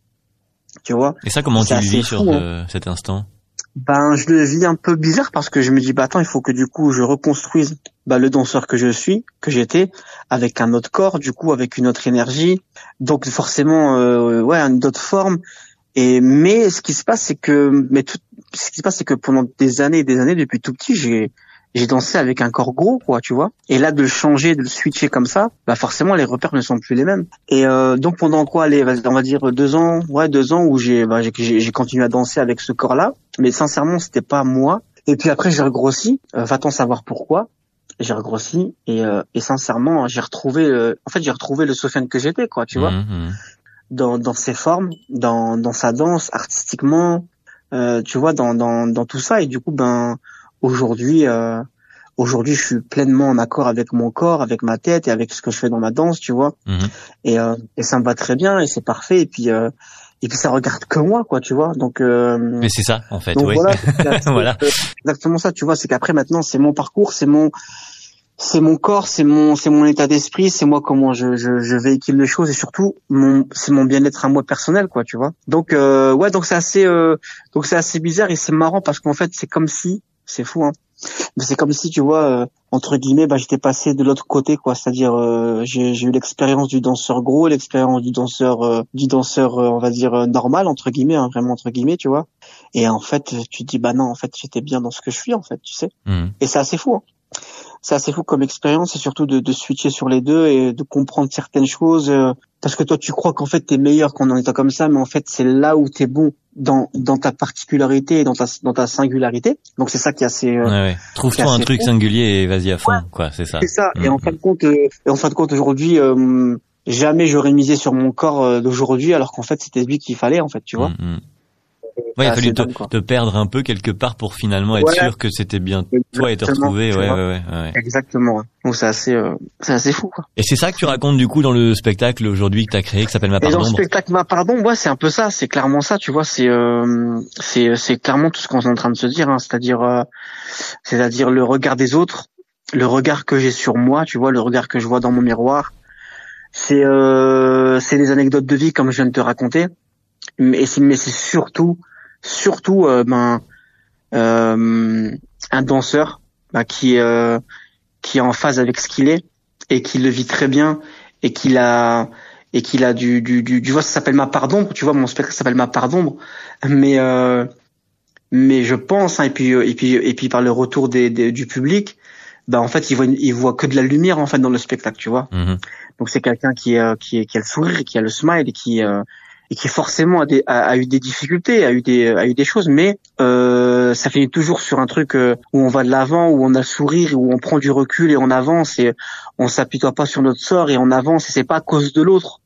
S2: Tu vois?
S1: Et ça, comment tu le vis sur
S2: fou,
S1: euh, cet instant?
S2: Ben, je le vis un peu bizarre parce que je me dis, bah attends, il faut que du coup, je reconstruise bah, le danseur que je suis, que j'étais, avec un autre corps, du coup, avec une autre énergie. Donc forcément, euh, ouais, une autre forme. Et mais ce qui se passe, c'est que, mais tout, ce qui se passe, c'est que pendant des années et des années, depuis tout petit, j'ai j'ai dansé avec un corps gros, quoi, tu vois. Et là, de le changer, de le switcher comme ça, bah forcément, les repères ne sont plus les mêmes. Et euh, donc pendant quoi, allez, on va dire deux ans, ouais, deux ans où j'ai, bah, j'ai, j'ai continué à danser avec ce corps-là. Mais sincèrement, c'était pas moi. Et puis après, j'ai regrossi. Euh, va-t-on savoir pourquoi? J'ai regrossi et, euh, et sincèrement, j'ai retrouvé, euh, en fait, j'ai retrouvé le Sofiane que j'étais, quoi, tu vois, mmh. dans dans ses formes, dans dans sa danse, artistiquement, euh, tu vois, dans dans dans tout ça. Et du coup, ben aujourd'hui, euh, aujourd'hui, je suis pleinement en accord avec mon corps, avec ma tête et avec ce que je fais dans ma danse, tu vois. Mmh. Et euh, et ça me va très bien et c'est parfait. Et puis euh, et puis ça regarde que moi, quoi, tu vois. Donc euh,
S1: mais c'est ça en fait,
S2: donc
S1: oui.
S2: Voilà, c'est,
S1: voilà.
S2: C'est exactement ça, tu vois, c'est qu'après maintenant, c'est mon parcours, c'est mon c'est mon corps, c'est mon c'est mon état d'esprit, c'est moi comment je je je véhicule les choses et surtout mon c'est mon bien-être à moi personnel, quoi, tu vois. Donc euh, ouais, donc c'est assez euh, donc c'est assez bizarre et c'est marrant parce qu'en fait, c'est comme si c'est fou hein. Mais c'est comme si, tu vois, euh, entre guillemets, bah j'étais passé de l'autre côté, quoi. C'est-à-dire, euh, j'ai, j'ai eu l'expérience du danseur gros, l'expérience du danseur, euh, du danseur, euh, on va dire euh, normal, entre guillemets, hein, vraiment entre guillemets, tu vois. Et en fait, tu te dis, bah non, en fait, j'étais bien dans ce que je suis, en fait, tu sais. Mmh. Et c'est assez fou. Hein. C'est assez fou comme expérience et surtout de, de switcher sur les deux et de comprendre certaines choses. Euh, parce que toi, tu crois qu'en fait, t'es meilleur quand on en étant comme ça, mais en fait, c'est là où t'es bon dans dans ta particularité et dans ta dans ta singularité. Donc c'est ça qui est assez. Euh,
S1: ouais, ouais. Trouve-toi un truc fou. Singulier et vas-y à fond, ouais. quoi. C'est ça.
S2: C'est ça.
S1: Mmh.
S2: Et en fin de compte, euh, et en fin de compte, aujourd'hui, euh, jamais j'aurais misé sur mon corps euh, d'aujourd'hui, alors qu'en fait, c'était lui qu'il fallait, en fait, tu vois.
S1: Mmh. Ouais, il a fallu te, dingue, te perdre un peu quelque part pour finalement être ouais. sûr que c'était bien toi et te retrouver. Ouais, ouais, ouais, ouais.
S2: Exactement. Donc c'est assez, euh, c'est assez fou, quoi.
S1: Et c'est ça que tu racontes du coup dans le spectacle aujourd'hui que t'as créé, qui s'appelle Ma Part d'ombre.
S2: Dans le spectacle Ma Part d'ombre, ouais, c'est un peu ça. C'est clairement ça, tu vois. C'est, euh, c'est, c'est clairement tout ce qu'on est en train de se dire. Hein. C'est-à-dire, euh, c'est-à-dire le regard des autres, le regard que j'ai sur moi, tu vois, le regard que je vois dans mon miroir. C'est, euh, c'est des anecdotes de vie comme je viens de te raconter. Mais c'est, mais c'est surtout surtout euh, ben euh, un danseur ben, qui euh, qui est en phase avec ce qu'il est et qui le vit très bien et qu'il a et qu'il a du du du tu vois, ça s'appelle Ma Part d'ombre, tu vois, mon spectacle s'appelle Ma Part d'ombre, mais euh, mais je pense hein, et puis et puis et puis par le retour des, des du public, ben en fait il voit il voit que de la lumière en fait dans le spectacle, tu vois. Mmh. Donc c'est quelqu'un qui est qui est qui a le sourire, qui a le smile et qui euh, et qui forcément a, des, a, a eu des difficultés, a eu des, a eu des choses, mais euh, euh, ça finit toujours sur un truc euh, où on va de l'avant, où on a le sourire, où on prend du recul et on avance et on s'apitoie pas sur notre sort et on avance et c'est pas à cause de l'autre.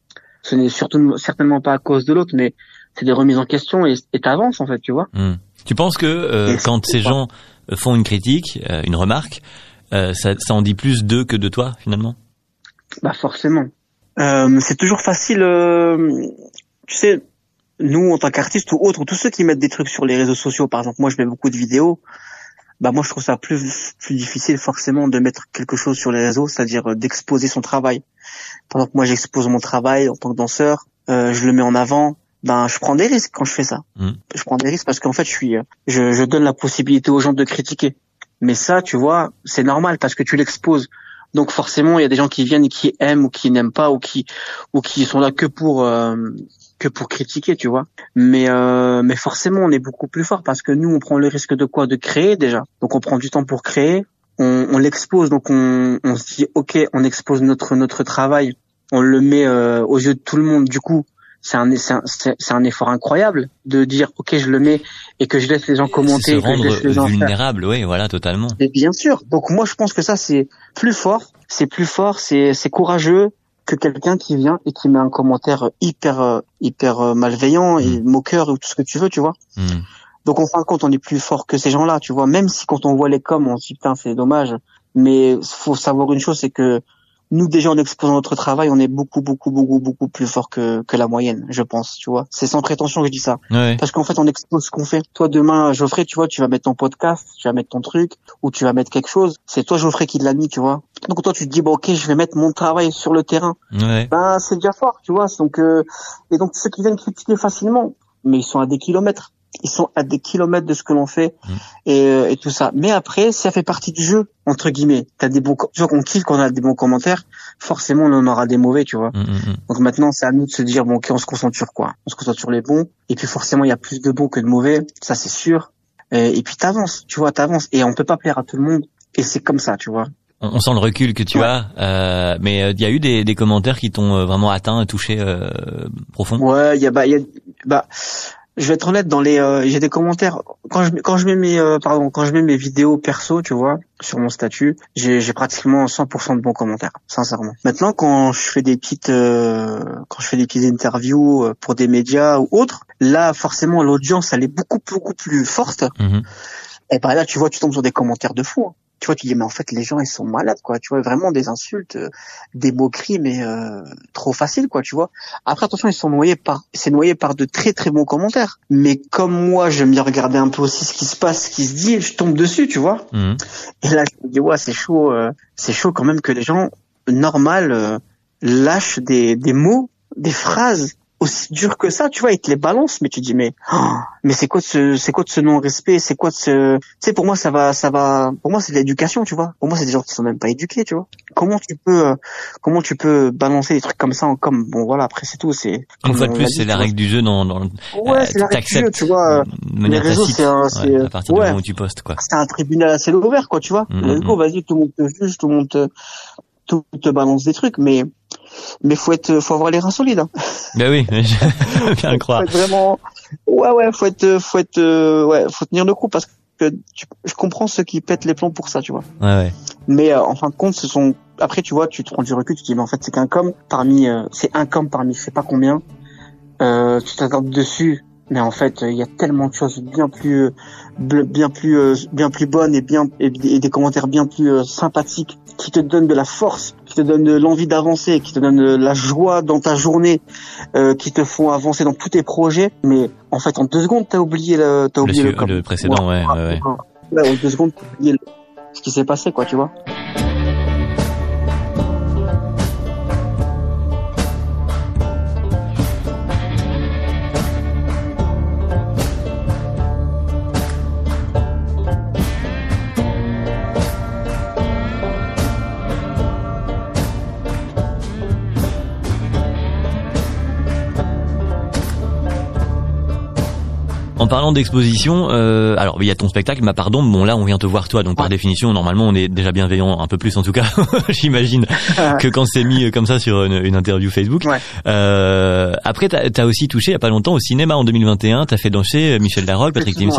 S2: Ce n'est surtout certainement pas à cause de l'autre, mais c'est des remises en question et et t'avances en fait, tu vois.
S1: Mmh. Tu penses que euh, quand ces gens font une critique, euh, une remarque, euh, ça, ça en dit plus d'eux que de toi finalement?
S2: Bah forcément. Euh, c'est toujours facile, euh, tu sais, nous en tant qu'artistes ou autres, tous ceux qui mettent des trucs sur les réseaux sociaux, par exemple, moi je mets beaucoup de vidéos, bah moi je trouve ça plus plus difficile forcément de mettre quelque chose sur les réseaux, c'est-à-dire euh, d'exposer son travail. Pendant que moi j'expose mon travail en tant que danseur, euh, je le mets en avant, ben je prends des risques quand je fais ça. Mmh. Je prends des risques parce qu'en fait je suis, je, je donne la possibilité aux gens de critiquer. Mais ça, tu vois, c'est normal parce que tu l'exposes. Donc forcément, il y a des gens qui viennent et qui aiment ou qui n'aiment pas ou qui ou qui sont là que pour euh, que pour critiquer, tu vois. Mais euh, mais forcément, on est beaucoup plus fort parce que nous, on prend le risque de quoi? De créer déjà. Donc on prend du temps pour créer, on, on l'expose, donc on on se dit ok, on expose notre notre travail, on le met euh, aux yeux de tout le monde. Du coup, c'est un c'est un c'est un effort incroyable de dire ok, je le mets et que je laisse les gens commenter,
S1: se rendre
S2: que je laisse les gens
S1: vulnérable, oui, voilà, totalement.
S2: Et bien sûr. Donc moi je pense que ça c'est plus fort, c'est plus fort, c'est c'est courageux que quelqu'un qui vient et qui met un commentaire hyper hyper malveillant et mmh. moqueur ou tout ce que tu veux, tu vois. Mmh. Donc en fin de compte, on est plus fort que ces gens-là, tu vois. Même si quand on voit les coms, on se dit putain c'est dommage, mais faut savoir une chose, c'est que nous, déjà, en exposant notre travail, on est beaucoup, beaucoup, beaucoup, beaucoup plus fort que, que la moyenne, je pense, tu vois. C'est sans prétention que je dis ça.
S1: Ouais.
S2: Parce qu'en fait, on expose ce qu'on fait. Toi, demain, Geoffrey, tu vois, tu vas mettre ton podcast, tu vas mettre ton truc, ou tu vas mettre quelque chose. C'est toi, Geoffrey, qui l'a mis, tu vois. Donc, toi, tu te dis, bon, ok, je vais mettre mon travail sur le terrain.
S1: Ouais.
S2: Ben, c'est déjà fort, tu vois. Donc, euh, et donc, ceux qui viennent critiquer facilement, mais ils sont à des kilomètres. Ils sont à des kilomètres de ce que l'on fait mmh. et, euh, et tout ça. Mais après, ça fait partie du jeu, entre guillemets. T'as des bons, tu vois, qu'on kiffe, qu'on a des bons commentaires. Forcément, on en aura des mauvais, tu vois. Mmh. Donc maintenant, c'est à nous de se dire, bon, ok, on se concentre sur quoi? On se concentre sur les bons. Et puis forcément, il y a plus de bons que de mauvais. Ça, c'est sûr. Et, et puis t'avances, tu vois, t'avances. Et on peut pas plaire à tout le monde. Et c'est comme ça, tu vois.
S1: On sent le recul que tu ouais. as, euh, mais il euh, y a eu des, des commentaires qui t'ont vraiment atteint, touché euh, profond.
S2: Ouais, il y a bah, il y a bah. Je vais être honnête, dans les euh, j'ai des commentaires quand je quand je mets mes euh, pardon quand je mets mes vidéos perso, tu vois, sur mon statut, j'ai j'ai pratiquement cent pour cent de bons commentaires, sincèrement. Maintenant, quand je fais des petites euh, quand je fais des petites interviews pour des médias ou autres, là forcément l'audience elle est beaucoup beaucoup plus forte. Mmh. Et bah là, tu vois, tu tombes sur des commentaires de fou. Hein. Tu vois, tu dis mais en fait les gens ils sont malades quoi. Tu vois vraiment des insultes, euh, des moqueries mais euh, trop facile quoi. Tu vois. Après attention ils sont noyés par, c'est noyé par de très très bons commentaires. Mais comme moi j'aime bien regarder un peu aussi ce qui se passe, ce qui se dit, je tombe dessus tu vois. Mmh. Et là je me dis ouais c'est chaud, euh, c'est chaud quand même que les gens normal euh, lâchent des des mots, des phrases aussi dur que ça, tu vois, ils te les balancent, mais tu dis mais oh, mais c'est quoi de ce c'est quoi de ce non-respect, c'est quoi de ce tu sais pour moi ça va ça va pour moi c'est de l'éducation, tu vois. Pour moi c'est des gens qui sont même pas éduqués, tu vois. Comment tu peux euh, comment tu peux balancer des trucs comme ça en comme bon voilà, après c'est tout, c'est
S1: une fois de plus c'est la règle du jeu dans dans
S2: ouais, euh, c'est la règle du jeu, tu vois. Les réseaux c'est un, c'est
S1: ouais, à partir
S2: ouais,
S1: du moment où tu postes quoi.
S2: C'est un tribunal à ciel ouvert quoi, tu vois. Mm-hmm. Coup, vas-y, tout le monde te juge, tout le monde te tout te balance des trucs mais mais faut être faut avoir les reins solides hein.
S1: Ben oui, je bien croire.
S2: Faut être vraiment ouais ouais, faut être faut être euh, ouais, faut tenir le coup parce que tu, je comprends ceux qui pètent les plombs pour ça, tu vois.
S1: Ouais ouais.
S2: Mais euh, en fin de compte, ce sont après tu vois, tu te prends du recul, tu te dis mais en fait, c'est qu'un com parmi euh, c'est un com parmi je sais pas combien. Euh tu t'attardes dessus, mais en fait, il y a tellement de choses bien plus bien plus euh, bien plus bonnes et bien et, et des commentaires bien plus euh, sympathiques qui te donnent de la force, qui te donnent de l'envie d'avancer, qui te donnent de la joie dans ta journée, euh, qui te font avancer dans tous tes projets. Mais en fait, en deux secondes, t'as oublié le t'as oublié
S1: le,
S2: le,
S1: le précédent, ouais, ouais, ouais.
S2: ouais. En deux secondes, t'as oublié le, ce qui s'est passé, quoi, tu vois.
S1: En parlant d'exposition, euh, alors il y a ton spectacle, ma pardon, bon là on vient te voir toi, donc par définition normalement on est déjà bienveillant, un peu plus en tout cas, j'imagine, que quand c'est mis comme ça sur une, une interview Facebook.
S2: Ouais.
S1: Euh, après t'as, t'as aussi touché il y a pas longtemps au cinéma en deux mille vingt et un, t'as fait danser Michel Larocque, Patrick Timsit.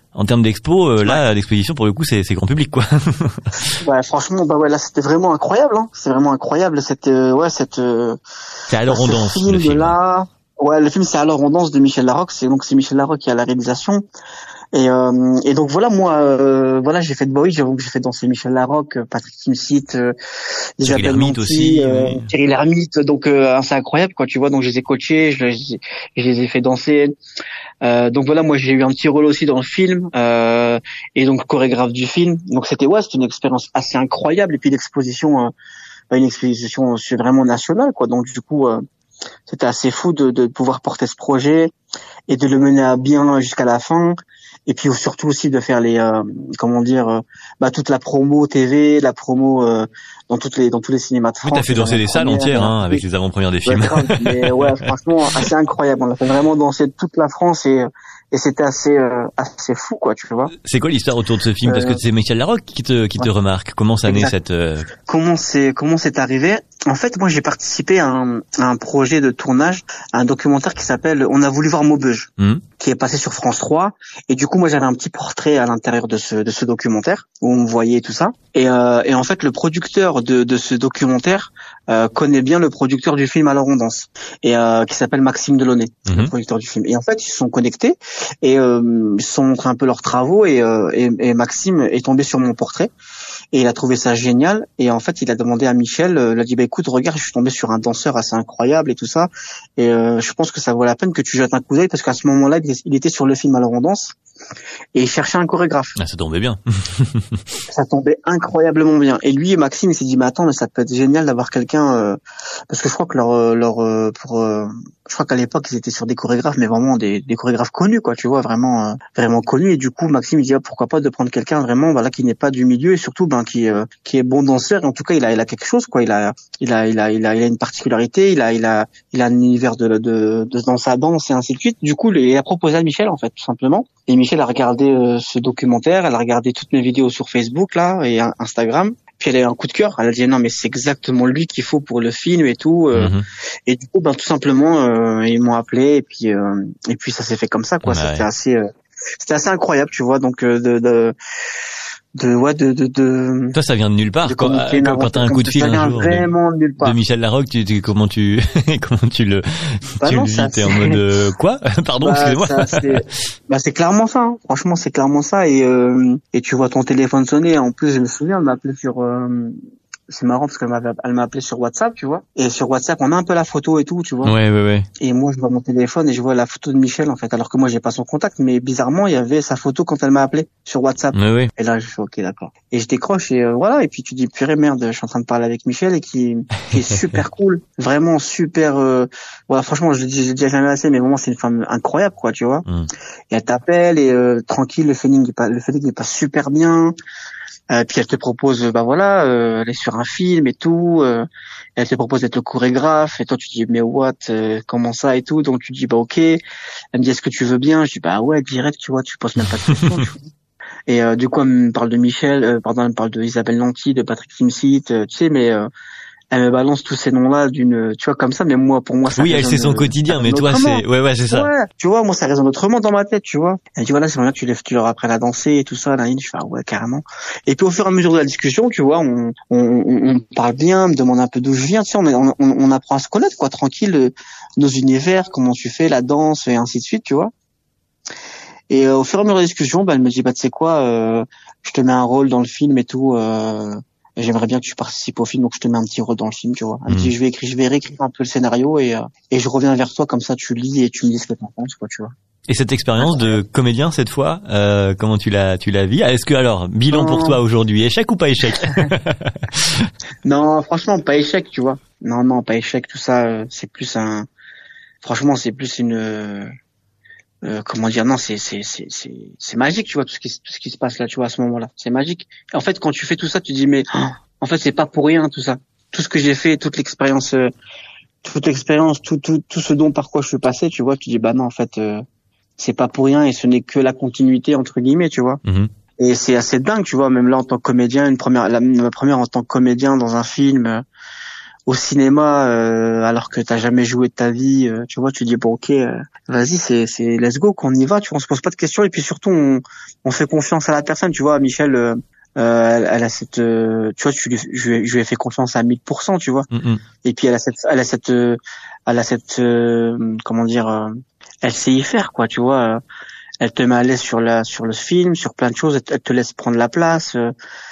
S1: En termes d'expo, euh, là, ouais. L'exposition pour le coup, c'est, c'est grand public, quoi.
S2: Ouais, franchement, bah ouais, là, c'était vraiment incroyable. Hein. C'est vraiment incroyable cette, euh, ouais, cette. Euh,
S1: c'est Alors on danse.
S2: Film
S1: le film
S2: là. Ouais, le film c'est Alors on danse de Michel Larocque. C'est donc c'est Michel Larocque qui a la réalisation. Et, euh, et donc voilà, moi, euh, voilà, j'ai fait de Bowie, j'ai, j'ai fait danser Michel Larocque, Patrick Timsit, euh,
S1: Thierry Lhermitte aussi,
S2: euh,
S1: oui.
S2: Thierry Lhermitte, donc euh, c'est incroyable, quoi, tu vois. Donc je les ai coachés, je, je, je les ai fait danser. Euh, donc voilà, moi j'ai eu un petit rôle aussi dans le film, euh, et donc chorégraphe du film. Donc c'était ouais, c'était une expérience assez incroyable. Et puis l'exposition, euh, une exposition c'est vraiment nationale, quoi. Donc du coup. Euh, C'était assez fou de, de pouvoir porter ce projet et de le mener à bien jusqu'à la fin. Et puis surtout aussi de faire les, euh, comment dire, euh, bah toute la promo T V, la promo euh, dans toutes les, dans tous les cinémas de France.
S1: Oui, t'as fait danser des salles entières, hein, avec les avant-premières des films.
S2: Ouais, grave, mais ouais, franchement, assez incroyable. On a fait vraiment danser toute la France et et c'était assez euh, assez fou, quoi, tu vois.
S1: C'est quoi l'histoire autour de ce film? Parce que c'est Michel Larocque qui te qui ouais. te remarque. Comment ça naît cette euh...
S2: Comment c'est comment c'est arrivé? En fait, moi, j'ai participé à un, à un projet de tournage, à un documentaire qui s'appelle On a voulu voir Maubeuge, mmh. qui est passé sur France trois. Et du coup, moi, j'avais un petit portrait à l'intérieur de ce de ce documentaire où on me voyait tout ça. Et euh, et en fait, le producteur de de ce documentaire euh, connaît bien le producteur du film Alors on danse, et euh, qui s'appelle Maxime Delaunay, mmh. le producteur du film. Et en fait, ils se sont connectés et euh, ils se sont montrés un peu leurs travaux et, euh, et et Maxime est tombé sur mon portrait. Et il a trouvé ça génial. Et en fait, il a demandé à Michel, euh, il a dit, bah écoute, regarde, je suis tombé sur un danseur assez incroyable et tout ça. Et euh, je pense que ça vaut la peine que tu jettes un coup d'œil parce qu'à ce moment-là, il était sur le film Alors on danse et il cherchait un chorégraphe.
S1: Ah, ça tombait bien.
S2: Ça tombait incroyablement bien. Et lui, Maxime, il s'est dit, mais attends, mais ça peut être génial d'avoir quelqu'un, euh, parce que je crois que leur, leur, euh, pour, euh, je crois qu'à l'époque, ils étaient sur des chorégraphes, mais vraiment des, des chorégraphes connus, quoi, tu vois, vraiment, euh, vraiment connus. Et du coup, Maxime, il dit, ah, pourquoi pas de prendre quelqu'un vraiment, voilà, qui n'est pas du milieu et surtout, ben, qui, euh, qui est bon danseur. Et en tout cas, il a, il a quelque chose, quoi. Il a, il a, il a, il a, il a une particularité. Il a, il a, il a un univers de, de, de dans sa danse et ainsi de suite. Du coup, il a proposé à Michel, en fait, tout simplement. Et Michel a regardé euh, ce documentaire, elle a regardé toutes mes vidéos sur Facebook là et Instagram. Puis elle a eu un coup de cœur. Elle a dit non mais c'est exactement lui qu'il faut pour le film et tout. Euh, mm-hmm. Et du coup ben tout simplement euh, ils m'ont appelé et puis euh, et puis ça s'est fait comme ça quoi. Ouais. C'était assez euh, c'était assez incroyable tu vois donc euh, de, de de ouais de de de
S1: toi ça vient de nulle part quand, quand, quand t'as un coup de fil un jour
S2: vraiment de, de, nulle part.
S1: de Michel Larocque tu, tu comment tu comment tu le bah tu non, le dis t'es en mode euh, quoi pardon
S2: bah,
S1: excusez-moi
S2: ça, c'est, bah c'est clairement ça hein. Franchement c'est clairement ça et euh, et tu vois ton téléphone sonner en plus je me souviens elle m'a appelé sur euh, c'est marrant parce qu'elle m'avait, elle m'a appelé sur WhatsApp, tu vois. Et sur WhatsApp, on a un peu la photo et tout, tu vois.
S1: Ouais, ouais, ouais.
S2: Et moi, je vois mon téléphone et je vois la photo de Michel, en fait. Alors que moi, j'ai pas son contact, mais bizarrement, il y avait sa photo quand elle m'a appelé sur WhatsApp.
S1: Ouais, ouais.
S2: Et là, je fais, ok, d'accord. Et je décroche et euh, voilà. Et puis tu dis, purée, merde, je suis en train de parler avec Michel et qui, qui est super cool. Vraiment super, euh, voilà, franchement, je le dis, je le dis jamais assez, mais vraiment, c'est une femme incroyable, quoi, tu vois. Mm. Et elle t'appelle et, euh, tranquille, le feeling, le feeling, il passe super bien. Euh, puis elle te propose, bah voilà, euh, elle est sur un film et tout. Euh, elle te propose d'être le chorégraphe et toi tu dis mais what, euh, comment ça et tout. Donc tu dis bah ok. Elle me dit est-ce que tu veux bien. Je dis bah ouais direct, tu vois, tu poses même pas de questions. Et euh, du coup elle me parle de Michel, euh, pardon, elle me parle de Isabelle Nanty, de Patrick Timsit, euh, tu sais, mais euh, elle me balance tous ces noms-là d'une, tu vois, comme ça, mais moi, pour moi, ça
S1: oui, elle sait son quotidien, mais toi, c'est, ouais, ouais, c'est ça.
S2: Ouais, tu vois, moi, ça résonne autrement dans ma tête, tu vois. Elle dit, voilà, c'est vraiment, tu, les, tu leur apprennes à danser et tout ça, là, je fais, ah ouais, carrément. Et puis, au fur et à mesure de la discussion, tu vois, on, on, on, on parle bien, on me demande un peu d'où je viens, tu sais, on, on, on apprend à se connaître, quoi, tranquille, nos univers, comment tu fais, la danse, et ainsi de suite, tu vois. Et euh, au fur et à mesure de la discussion, bah, elle me dit, bah, tu sais quoi, euh, je te mets un rôle dans le film et tout, euh, j'aimerais bien que tu participes au film, donc je te mets un petit rôle dans le film, tu vois. Elle me dit, je vais écrire, je vais réécrire un peu le scénario et, euh, et je reviens vers toi, comme ça tu lis et tu me dis ce que t'en penses, quoi, tu vois.
S1: Et cette expérience de comédien, cette fois, euh, comment tu l'as, tu l'as vis? Est-ce que, alors, bilan pour toi aujourd'hui, échec ou pas échec?
S2: Non, franchement, pas échec, tu vois. Non, non, pas échec, tout ça, euh, c'est plus un, franchement, c'est plus une, euh, Euh, comment dire, non, c'est c'est c'est c'est c'est magique, tu vois, tout ce qui tout ce qui se passe là, tu vois, à ce moment-là, c'est magique. Et en fait, quand tu fais tout ça, tu dis mais oh, en fait, c'est pas pour rien tout ça. Tout ce que j'ai fait, toute l'expérience, euh, toute l'expérience, tout tout tout ce dont par quoi je suis passé, tu vois, tu dis bah non, en fait, euh, c'est pas pour rien et ce n'est que la continuité entre guillemets, tu vois. Mm-hmm. Et c'est assez dingue, tu vois, même là en tant que comédien, une première, la, la première en tant que comédien dans un film. Euh, au cinéma euh, alors que t'as jamais joué de ta vie, euh, tu vois, tu dis bon ok, euh, vas-y, c'est c'est let's go, qu'on y va, tu vois, on se pose pas de questions et puis surtout on on fait confiance à la personne, tu vois. Michel, euh, euh, elle, elle a cette, euh, tu vois, tu lui, je, lui- je lui ai fait confiance à mille pour cent, tu vois.
S1: Mm, mm.
S2: Et puis elle a cette, elle a cette, euh, elle a cette, euh, comment dire, euh, elle sait y faire quoi, tu vois. euh, Elle te met à l'aise sur la, sur le film, sur plein de choses. Elle te, elle te laisse prendre la place. euh,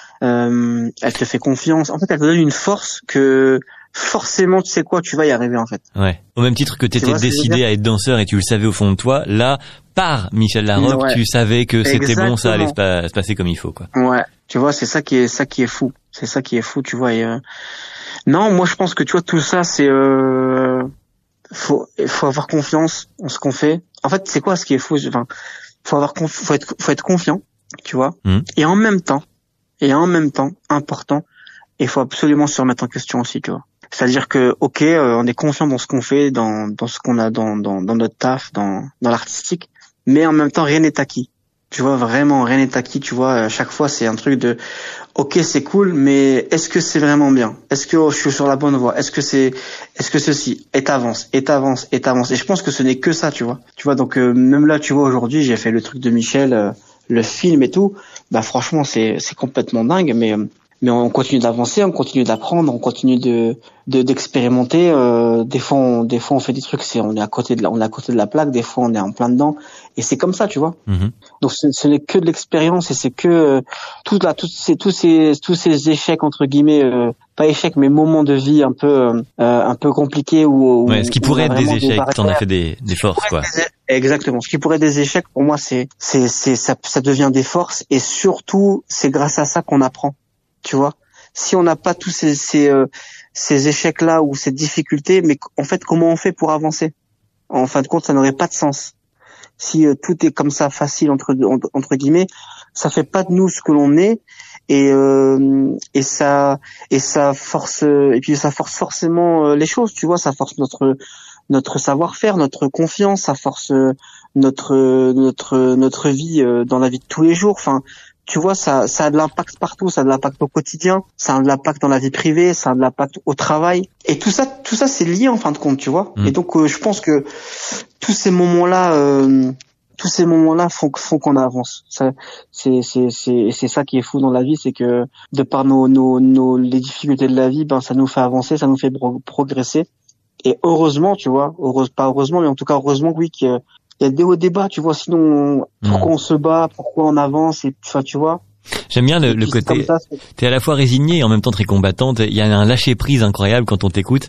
S2: euh, elle te fait confiance. En fait, elle te donne une force que forcément, tu sais quoi, tu vas y arriver en fait.
S1: Ouais. Au même titre que tu étais
S2: vois ce que je veux
S1: décidé
S2: dire
S1: à être danseur et tu le savais au fond de toi, là, par Michel Larocque,
S2: Ouais.
S1: tu savais que c'était bon, ça allait se,
S2: Exactement.
S1: pa- se passer comme il faut, quoi.
S2: Ouais, tu vois, c'est ça qui est, ça qui est fou. C'est ça qui est fou, tu vois. Et, euh, non, moi je pense que tu vois tout ça, c'est, euh, faut, faut avoir confiance en ce qu'on fait. En fait, c'est quoi ce qui est fou Enfin, faut avoir, conf- faut être, faut être confiant, tu vois.
S1: Mm.
S2: Et en même temps, et en même temps, important, il faut absolument se remettre en question aussi, tu vois. C'est-à-dire que, ok, euh, on est confiant dans ce qu'on fait, dans, dans ce qu'on a, dans, dans, dans notre taf, dans, dans l'artistique, mais en même temps, rien n'est acquis. Tu vois, vraiment, rien n'est acquis, tu vois. À chaque fois, c'est un truc de, ok, c'est cool, mais est-ce que c'est vraiment bien? Est-ce que oh, je suis sur la bonne voie? Est-ce que c'est, est-ce que ceci? Et t'avances, et t'avances, et t'avances. Et je pense que ce n'est que ça, tu vois. Tu vois, donc euh, même là, tu vois, aujourd'hui, j'ai fait le truc de Michel, euh, le film et tout. Bah franchement, c'est, c'est complètement dingue, mais euh, mais on continue d'avancer, on continue d'apprendre, on continue de, de d'expérimenter. Euh, des fois, on, des fois, on fait des trucs, c'est on est à côté de la, on est à côté de la plaque. Des fois, on est en plein dedans, et c'est comme ça, tu vois.
S1: Mhm.
S2: Donc ce, ce n'est que de l'expérience et c'est que euh, tout là, tous ces tous ces tous ces échecs entre guillemets, euh, pas échecs mais moments de vie un peu euh, un peu compliqués où, où
S1: Ouais, ce qui
S2: où
S1: pourrait
S2: on a
S1: être des
S2: vraiment
S1: échecs, t'en as
S2: barrières.
S1: fait des, des forces, quoi.
S2: Exactement. Ce qui pourrait être des échecs pour moi, c'est c'est c'est ça ça devient des forces et surtout c'est grâce à ça qu'on apprend. Tu vois. Si on n'a pas tous ces ces euh, ces échecs là ou ces difficultés, mais en fait comment on fait pour avancer? En fin de compte, ça n'aurait pas de sens. Si euh, tout est comme ça facile entre entre, entre guillemets, ça fait pas de nous ce que l'on est et euh, et ça et ça force et puis ça force forcément euh, les choses, tu vois, ça force notre notre savoir-faire, notre confiance, ça force euh, notre notre notre vie euh, dans la vie de tous les jours. Enfin, tu vois, ça ça a de l'impact partout, ça a de l'impact au quotidien, ça a de l'impact dans la vie privée, ça a de l'impact au travail et tout ça tout ça c'est lié en fin de compte, tu vois.
S1: Mm.
S2: Et donc euh, je pense que tous ces moments-là, euh, tous ces moments-là font, font qu'on avance. Ça, c'est, c'est, c'est, c'est ça qui est fou dans la vie, c'est que de par nos, nos, nos, les difficultés de la vie, ben ça nous fait avancer, ça nous fait pro- progresser. Et heureusement, tu vois, heureuse, pas heureusement, mais en tout cas heureusement, oui, qu'il y a, il y a des hauts débats, tu vois. Sinon, pourquoi
S1: Mm.
S2: on se bat, pourquoi on avance, et enfin, tu vois.
S1: J'aime bien le,
S2: Et
S1: le
S2: puis c'est
S1: côté,
S2: comme ça, c'est-
S1: t'es à la fois résigné et en même temps très combattante. Il y a un lâcher prise incroyable quand on t'écoute.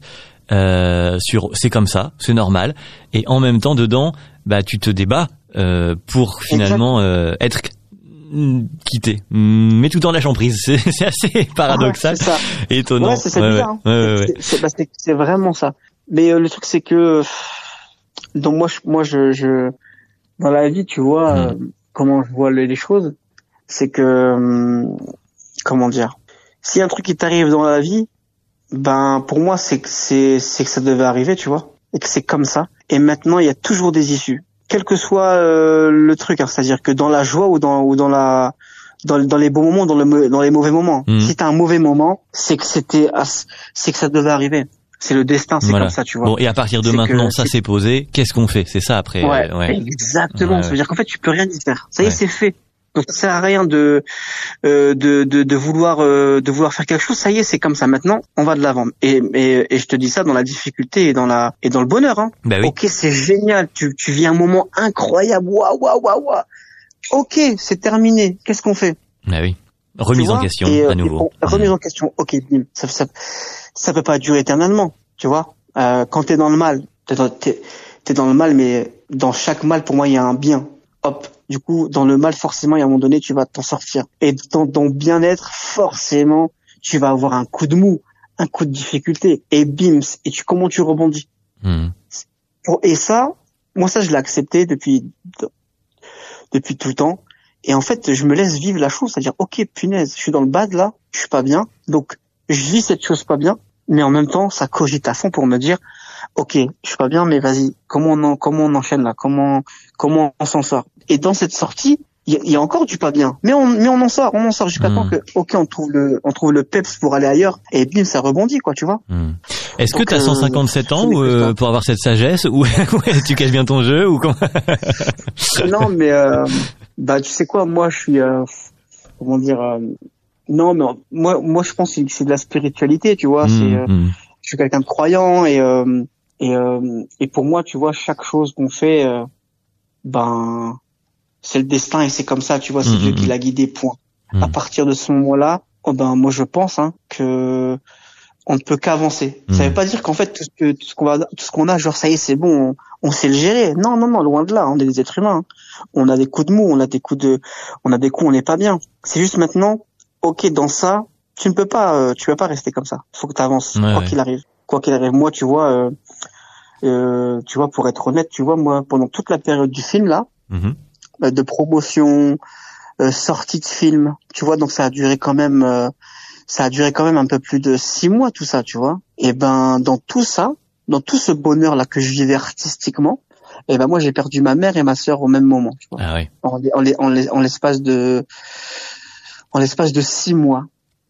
S1: Euh, sur c'est comme ça, c'est normal, et en même temps dedans, bah tu te débats euh, pour finalement euh, être quitté, mais tout en lâchant prise. C'est, c'est assez paradoxal,
S2: Ah, c'est ça.
S1: et étonnant.
S2: Ouais, c'est ça
S1: ouais,
S2: bien.
S1: ouais,
S2: Hein.
S1: ouais, ouais, ouais.
S2: C'est, c'est, bah, c'est, c'est vraiment ça. Mais euh, le truc, c'est que donc moi, je, moi, je, je dans la vie, tu vois,
S1: Mm.
S2: euh, comment je vois les, les choses, c'est que euh, comment dire, si un truc qui t'arrive dans la vie, ben pour moi, c'est que c'est, c'est que ça devait arriver, tu vois, et que c'est comme ça. Et maintenant, il y a toujours des issues, quel que soit euh, le truc. Hein, c'est-à-dire que dans la joie ou dans ou dans la dans, dans les bons moments, dans, le, dans les mauvais moments.
S1: Mm.
S2: Si t'as un mauvais moment, c'est que c'était, c'est que ça devait arriver. C'est le destin, c'est
S1: Voilà.
S2: comme ça, tu vois.
S1: Bon, et à partir de
S2: C'est
S1: maintenant,
S2: que
S1: ça
S2: c'est-
S1: s'est posé. Qu'est-ce qu'on fait? C'est ça après.
S2: Ouais,
S1: euh, ouais.
S2: exactement.
S1: Ouais,
S2: Ça
S1: ouais.
S2: veut dire qu'en fait, tu peux rien y faire. Ça y est,
S1: Ouais.
S2: c'est fait. Donc ça sert à rien de euh, de, de de vouloir euh, de vouloir faire quelque chose. Ça y est, c'est comme ça. Maintenant, on va de l'avant. Et et et je te dis ça dans la difficulté et dans la et dans le bonheur. Hein.
S1: Bah oui.
S2: Ok, c'est génial. Tu tu vis un moment incroyable. Waouh waouh waouh waouh. Ok, c'est terminé. Qu'est-ce qu'on fait?
S1: Bah oui.
S2: Tu
S1: Remise en
S2: vois
S1: question
S2: Et, euh,
S1: à nouveau.
S2: et, remise
S1: Mm.
S2: en question. Ok, bim. Ça ça ça peut pas durer éternellement. Tu vois. Euh, quand t'es dans le mal, t'es dans, t'es, t'es dans le mal, mais dans chaque mal, pour moi, il y a un bien. Hop. Du coup, dans le mal, forcément, il y a un moment donné, tu vas t'en sortir. Et dans ton bien-être, forcément, tu vas avoir un coup de mou, un coup de difficulté. Et bim. Et tu, comment tu rebondis.
S1: Mm.
S2: Pour- Et ça, moi, ça, je l'ai accepté depuis, depuis tout le temps. Et en fait, je me laisse vivre la chose. C'est-à-dire, ok, punaise, je suis dans le bad, là. Je suis pas bien. Donc, je vis cette chose pas bien. Mais en même temps, ça cogite à fond pour me dire, ok, je suis pas bien, mais vas-y, comment on en, comment on enchaîne là, comment comment on s'en sort. Et dans cette sortie, il y, y a encore du pas bien, mais on, mais on en sort, on en sort jusqu'à mmh. temps que, ok, on trouve le, on trouve le peps pour aller ailleurs, et bim, ça rebondit, quoi, tu vois.
S1: Mmh. Est-ce Donc, que t'as cent cinquante-sept euh, ans ou euh, pour avoir cette sagesse, ou tu caches bien ton jeu, ou comment?
S2: Non, mais euh, bah, tu sais quoi, moi, je suis, euh, comment dire, euh, non, mais moi, moi, je pense que c'est de la spiritualité, tu vois. Mmh. C'est, euh, mmh. je suis quelqu'un de croyant, et euh, et euh, et pour moi, tu vois, chaque chose qu'on fait, euh, ben c'est le destin et c'est comme ça, tu vois, c'est mmh, Dieu qui l'a guidé, point. Mmh. À partir de ce moment-là, oh ben moi je pense hein, que on ne peut qu'avancer. Mmh. Ça veut pas dire qu'en fait tout ce que tout ce qu'on va tout ce qu'on a, genre ça y est, c'est bon, on, on sait le gérer. Non non non, loin de là, on est des êtres humains. Hein. On a des coups de mou, on a des coups de on a des coups, on n'est pas bien. C'est juste maintenant, OK, dans ça, tu ne peux pas euh, tu peux pas rester comme ça. Faut que tu avances ouais, quoi ouais. qu'il arrive. Quoi qu'il arrive, moi tu vois euh, euh, tu vois pour être honnête, tu vois moi pendant toute la période du film là, mmh. de promotion, euh, sortie de film, tu vois, donc ça a duré quand même, euh, ça a duré quand même un peu plus de six mois tout ça, tu vois. Et ben dans tout ça, dans tout ce bonheur là que je vivais artistiquement, et ben moi j'ai perdu ma mère et ma sœur au même moment, tu vois.
S1: Ah oui.
S2: En, en, en, en l'espace de, en l'espace de six mois,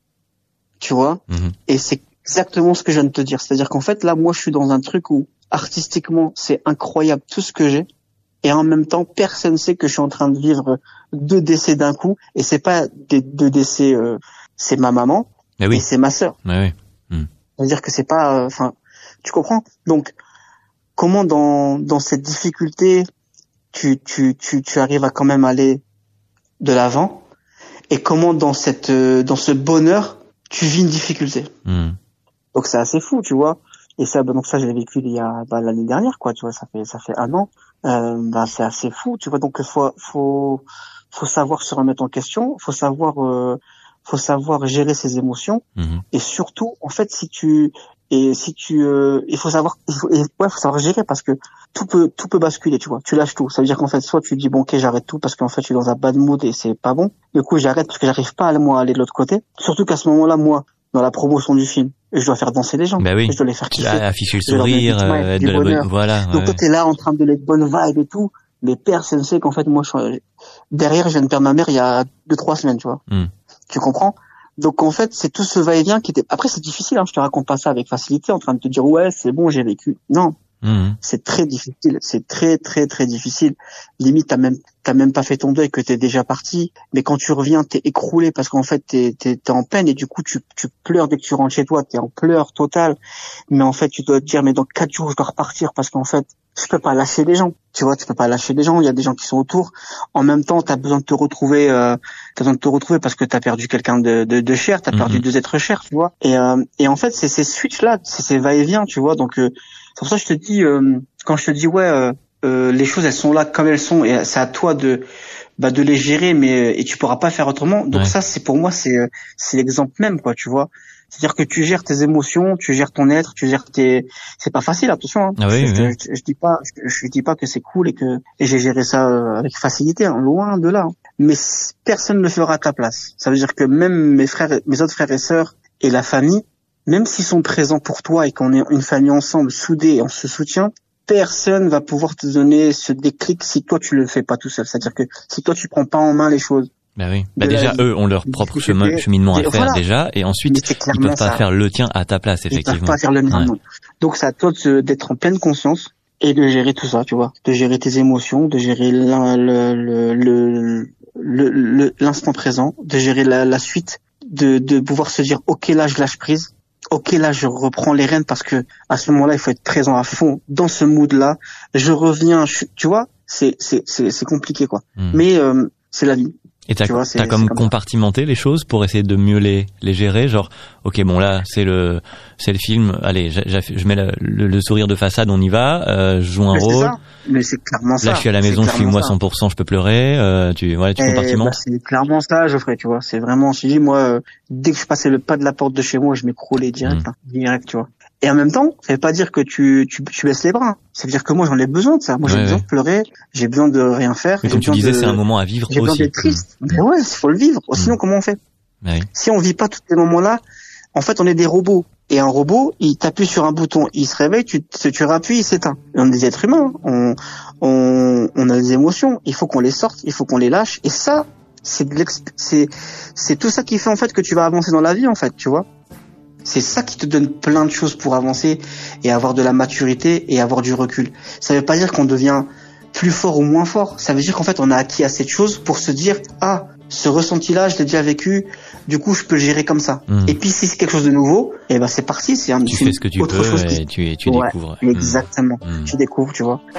S2: tu vois. Mm-hmm. Et c'est exactement ce que je viens de te dire, c'est-à-dire qu'en fait là, moi je suis dans un truc où artistiquement c'est incroyable tout ce que j'ai. Et en même temps, personne ne sait que je suis en train de vivre deux décès d'un coup. Et c'est pas des deux décès, euh, c'est ma maman
S1: mais oui.
S2: et c'est ma sœur.
S1: Mais oui. Hmm.
S2: C'est-à-dire que c'est pas, enfin, euh, tu comprends. Donc, comment dans dans cette difficulté, tu tu tu tu arrives à quand même aller de l'avant, et comment dans cette euh, dans ce bonheur, tu vis une difficulté. Hmm. Donc c'est assez fou, tu vois. Et ça, bah, donc ça, je l'ai vécu il y a bah, l'année dernière, quoi. Tu vois, ça fait ça fait un an. Euh, bah c'est assez fou, tu vois. Donc faut faut faut savoir se remettre en question, faut savoir euh, faut savoir gérer ses émotions, mmh. et surtout, en fait, si tu et si tu euh, il faut savoir il faut, et, ouais, faut savoir gérer parce que tout peut tout peut basculer, tu vois. Tu lâches tout, ça veut dire qu'en fait, soit tu dis bon ok j'arrête tout parce qu'en fait je suis dans un bad mood et c'est pas bon. Du coup j'arrête parce que j'arrive pas à moi à aller de l'autre côté. Surtout qu'à ce moment-là, moi, dans la promotion du film, je dois faire danser les gens.
S1: Bah oui.
S2: Je dois les faire kiffer.
S1: Afficher le sourire, euh, de la bonne, voilà.
S2: Donc ouais. Toi, t'es là en train de les bonnes vibes et tout, mais personne ne sait qu'en fait, moi, je suis... derrière, je viens de perdre ma mère il y a deux, trois semaines, tu vois. Mm. Tu comprends? Donc, en fait, c'est tout ce va-et-vient qui était, après, c'est difficile, hein. Je te raconte pas ça avec facilité en train de te dire, ouais, c'est bon, j'ai vécu. Non. Mmh. C'est très difficile, c'est très très très difficile. Limite t'as même t'as même pas fait ton deuil que t'es déjà parti, mais quand tu reviens t'es écroulé parce qu'en fait t'es t'es t'es en peine et du coup tu tu pleures dès que tu rentres chez toi, t'es en pleurs total. Mais en fait tu dois te dire mais dans quatre jours je dois repartir parce qu'en fait je peux pas lâcher les gens. Tu vois, tu peux pas lâcher les gens. Il y a des gens qui sont autour. En même temps t'as besoin de te retrouver, euh, t'as besoin de te retrouver parce que t'as perdu quelqu'un de de, de cher, t'as mmh. perdu deux êtres chers, tu vois. Et euh, et en fait c'est ces switch là, c'est ces va-et-vient, tu vois. Donc euh, c'est pour ça que je te dis, euh, quand je te dis ouais, euh, euh, les choses elles sont là comme elles sont et c'est à toi de bah de les gérer, mais et tu pourras pas faire autrement. Donc ouais. ça c'est pour moi c'est c'est l'exemple même quoi, tu vois. C'est-à-dire que tu gères tes émotions, tu gères ton être, tu gères tes. C'est pas facile, attention. Hein.
S1: Ah oui,
S2: je,
S1: oui.
S2: Je, je, je dis pas, je, je dis pas que c'est cool et que et j'ai géré ça avec facilité, hein, loin de là. Hein. Mais personne ne le fera à ta place. Ça veut dire que même mes frères, mes autres frères et sœurs et la famille, même s'ils sont présents pour toi et qu'on est une famille ensemble, soudée et on se soutient, personne va pouvoir te donner ce déclic si toi tu le fais pas tout seul. C'est-à-dire que si toi tu prends pas en main les choses.
S1: Bah oui. Bah déjà eux ont leur propre chemin, cheminement à faire voilà. déjà, et ensuite ils peuvent pas ça. faire le tien à ta place effectivement.
S2: Ils peuvent pas faire le mien. Ouais. Non. Donc c'est à toi de, d'être en pleine conscience et de gérer tout ça, tu vois, de gérer tes émotions, de gérer le, le, le, le, le, l'instant présent, de gérer la, la suite, de, de pouvoir se dire ok là je lâche prise. Ok, là, je reprends les rênes parce que à ce moment-là, il faut être présent à fond dans ce mood-là. Je reviens, je, tu vois, c'est c'est c'est c'est compliqué quoi. Mmh. Mais euh, c'est la vie.
S1: Et t'as, tu vois, t'as comme, comme compartimenté les choses pour essayer de mieux les, les gérer, genre, ok, bon là, c'est le, c'est le film, allez, je, je mets le, le, le sourire de façade, on y va, euh, je joue un
S2: mais
S1: rôle.
S2: C'est ça. Mais c'est clairement ça.
S1: Là, je suis à la maison, je suis moi cent pour cent, je peux pleurer, euh, tu, voilà, tu compartimentes.
S2: Bah, c'est clairement ça, Geoffrey, tu vois, c'est vraiment, je dis, moi, euh, dès que je passais le pas de la porte de chez moi, je m'écroulais direct, mmh. hein, direct, tu vois. Et en même temps, ça veut pas dire que tu, tu, tu baisses les bras. Ça veut dire que moi, j'en ai besoin de ça. Moi, ouais, j'ai besoin ouais. de pleurer. J'ai besoin de rien faire.
S1: Mais comme tu disais,
S2: de...
S1: c'est un moment à vivre
S2: j'ai
S1: aussi.
S2: J'ai besoin d'être triste. Mmh. Mais ouais, il faut le vivre. Sinon, mmh. comment on fait?
S1: Oui.
S2: Si on vit pas tous ces moments-là, en fait, on est des robots. Et un robot, il t'appuie sur un bouton, il se réveille, tu, tu rappuies, il s'éteint. On est des êtres humains, on, on, on a des émotions, il faut qu'on les sorte, il faut qu'on les lâche. Et ça, c'est de c'est, c'est tout ça qui fait en fait que tu vas avancer dans la vie, en fait, tu vois. C'est ça qui te donne plein de choses pour avancer et avoir de la maturité et avoir du recul. Ça veut pas dire qu'on devient plus fort ou moins fort. Ça veut dire qu'en fait, on a acquis assez de choses pour se dire, ah, ce ressenti-là, je l'ai déjà vécu, du coup, je peux le gérer comme ça. Mmh. Et puis, si c'est quelque chose de nouveau, eh ben, c'est parti, c'est un,
S1: tu fais ce que tu
S2: autre
S1: peux
S2: chose
S1: et
S2: qui...
S1: tu, tu
S2: ouais,
S1: découvres.
S2: Exactement.
S1: Mmh.
S2: Tu découvres, tu vois.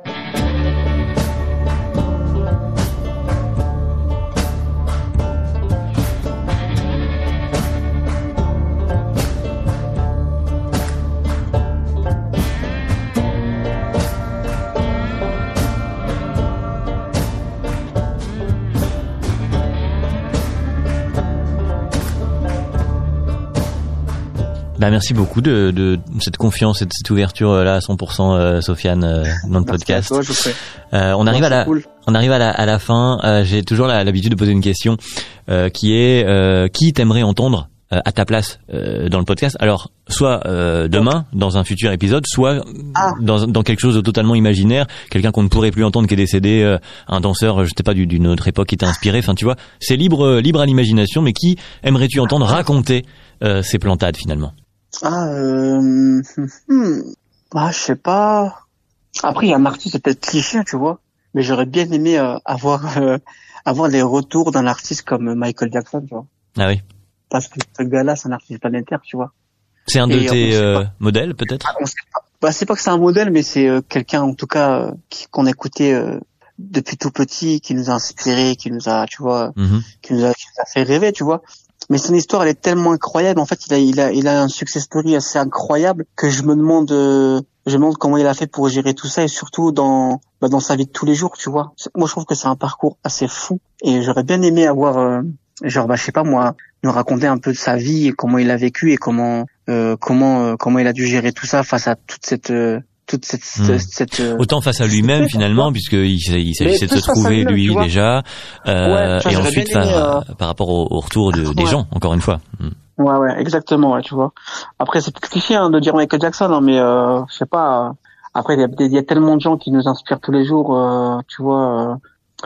S1: Bah merci beaucoup de, de cette confiance et de cette ouverture là à cent pour cent, euh, Sofiane, euh, dans le
S2: merci
S1: podcast.
S2: À toi, je sais.
S1: Euh, on arrive ouais, à la, cool. on arrive à la, à la fin. Euh, j'ai toujours la, l'habitude de poser une question euh, qui est euh, qui t'aimerais entendre euh, à ta place euh, dans le podcast. Alors soit euh, demain dans un futur épisode, soit ah. dans, dans quelque chose de totalement imaginaire, quelqu'un qu'on ne pourrait plus entendre qui est décédé, euh, un danseur, je sais pas, d'une autre époque qui t'a inspiré. Enfin, tu vois, c'est libre, libre à l'imagination. Mais qui aimerais-tu entendre raconter euh, ces plantades finalement?
S2: Ah, euh, hmm, ah, je sais pas. Après, il y a un artiste, c'est peut-être cliché, tu vois. Mais j'aurais bien aimé euh, avoir euh, avoir les retours d'un artiste comme Michael Jackson, tu vois.
S1: Ah oui.
S2: Parce que ce gars-là, c'est un artiste planétaire, tu vois.
S1: C'est un de Et tes euh, modèles, peut-être.
S2: Ah, on sait pas. Bah, c'est pas que c'est un modèle, mais c'est euh, quelqu'un, en tout cas, euh, qui, qu'on écoutait euh, depuis tout petit, qui nous a inspiré, qui nous a, tu vois, mm-hmm. qui nous a, qui nous a fait rêver, tu vois. Mais son histoire, elle est tellement incroyable. En fait, il a, il a, il a un success story assez incroyable que je me demande, euh, je me demande comment il a fait pour gérer tout ça et surtout dans, bah, dans sa vie de tous les jours, tu vois. Moi, je trouve que c'est un parcours assez fou et j'aurais bien aimé avoir, euh, genre, bah, je sais pas moi, nous raconter un peu de sa vie et comment il a vécu et comment, euh, comment, euh, comment il a dû gérer tout ça face à toute cette, euh, toute cette, mmh. cette, cette
S1: autant face à lui-même finalement, puisqu'il il s'agissait de se trouver lui déjà, euh, ouais, et ensuite aimé, par, euh... par rapport au, au retour de, des ouais. gens, encore une fois. Mmh.
S2: Ouais, ouais, exactement, ouais, tu vois. Après, c'est cliché hein, de dire Michael Jackson, hein, mais euh, je sais pas. Euh, après, il y, y a tellement de gens qui nous inspirent tous les jours, euh, tu vois. Euh,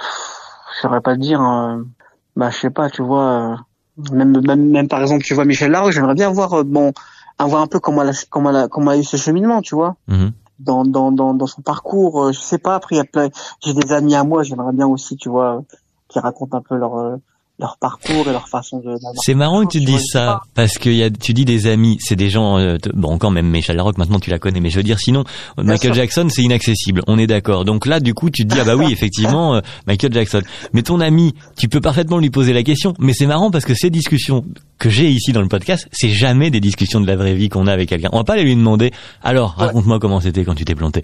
S2: je saurais pas te dire. Euh, bah, je sais pas, tu vois. Euh, même, même, même par exemple, tu vois Michel Larocque, j'aimerais bien voir, euh, bon, voir un peu comment elle a, comment elle a, comment elle a eu ce cheminement, tu vois. Mmh. dans dans dans dans son parcours, euh, je sais pas, après il y a plein, j'ai des amis à moi, j'aimerais bien aussi, tu vois, qui racontent un peu leur euh, leur parcours et leur façon de.
S1: C'est marrant que tu te dises ça, parce que y a, tu dis des amis, c'est des gens, euh, te, bon quand même, Michel Larocque maintenant tu la connais, mais je veux dire sinon, bien Michael sûr. Jackson c'est inaccessible, on est d'accord. Donc là du coup tu te dis ah bah oui effectivement euh, Michael Jackson. Mais ton ami, tu peux parfaitement lui poser la question, mais c'est marrant parce que ces discussions que j'ai ici dans le podcast, c'est jamais des discussions de la vraie vie qu'on a avec quelqu'un. On va pas aller lui demander alors ouais. raconte-moi comment c'était quand tu t'es planté.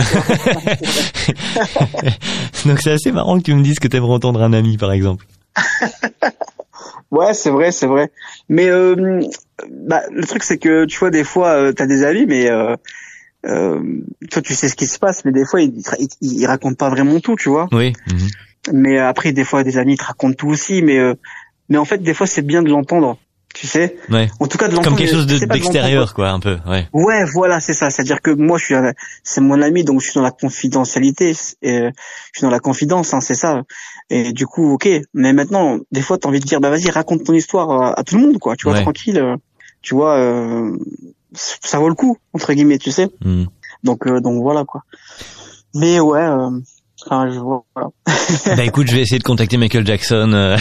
S1: Donc c'est assez marrant que tu me dises que t'aimerais entendre un ami par exemple.
S2: Ouais, c'est vrai, c'est vrai. Mais euh, bah, le truc, c'est que tu vois, des fois, euh, t'as des amis, mais euh, euh, toi, tu sais ce qui se passe, mais des fois, ils, ils, ils racontent pas vraiment tout, tu vois.
S1: Oui. Mmh.
S2: Mais après, des fois, des amis ils te racontent tout aussi, mais euh, mais en fait, des fois, c'est bien de l'entendre. Tu sais,
S1: ouais.
S2: En tout cas de l'entendre
S1: comme quelque chose de, d'extérieur, de quoi, un peu. Ouais.
S2: Ouais, voilà, c'est ça. C'est-à-dire que moi, je suis, c'est mon ami, donc je suis dans la confidentialité, et je suis dans la confidence, hein, c'est ça. Et du coup, ok. Mais maintenant, des fois, t'as envie de dire, bah vas-y, raconte ton histoire à, à tout le monde, quoi. Tu vois, ouais. Tranquille. Tu vois, euh, ça vaut le coup, entre guillemets, tu sais. Mm. Donc, euh, donc voilà, quoi. Mais ouais. Euh, Enfin, je vois, voilà.
S1: Bah écoute, je vais essayer de contacter Michael Jackson. Euh...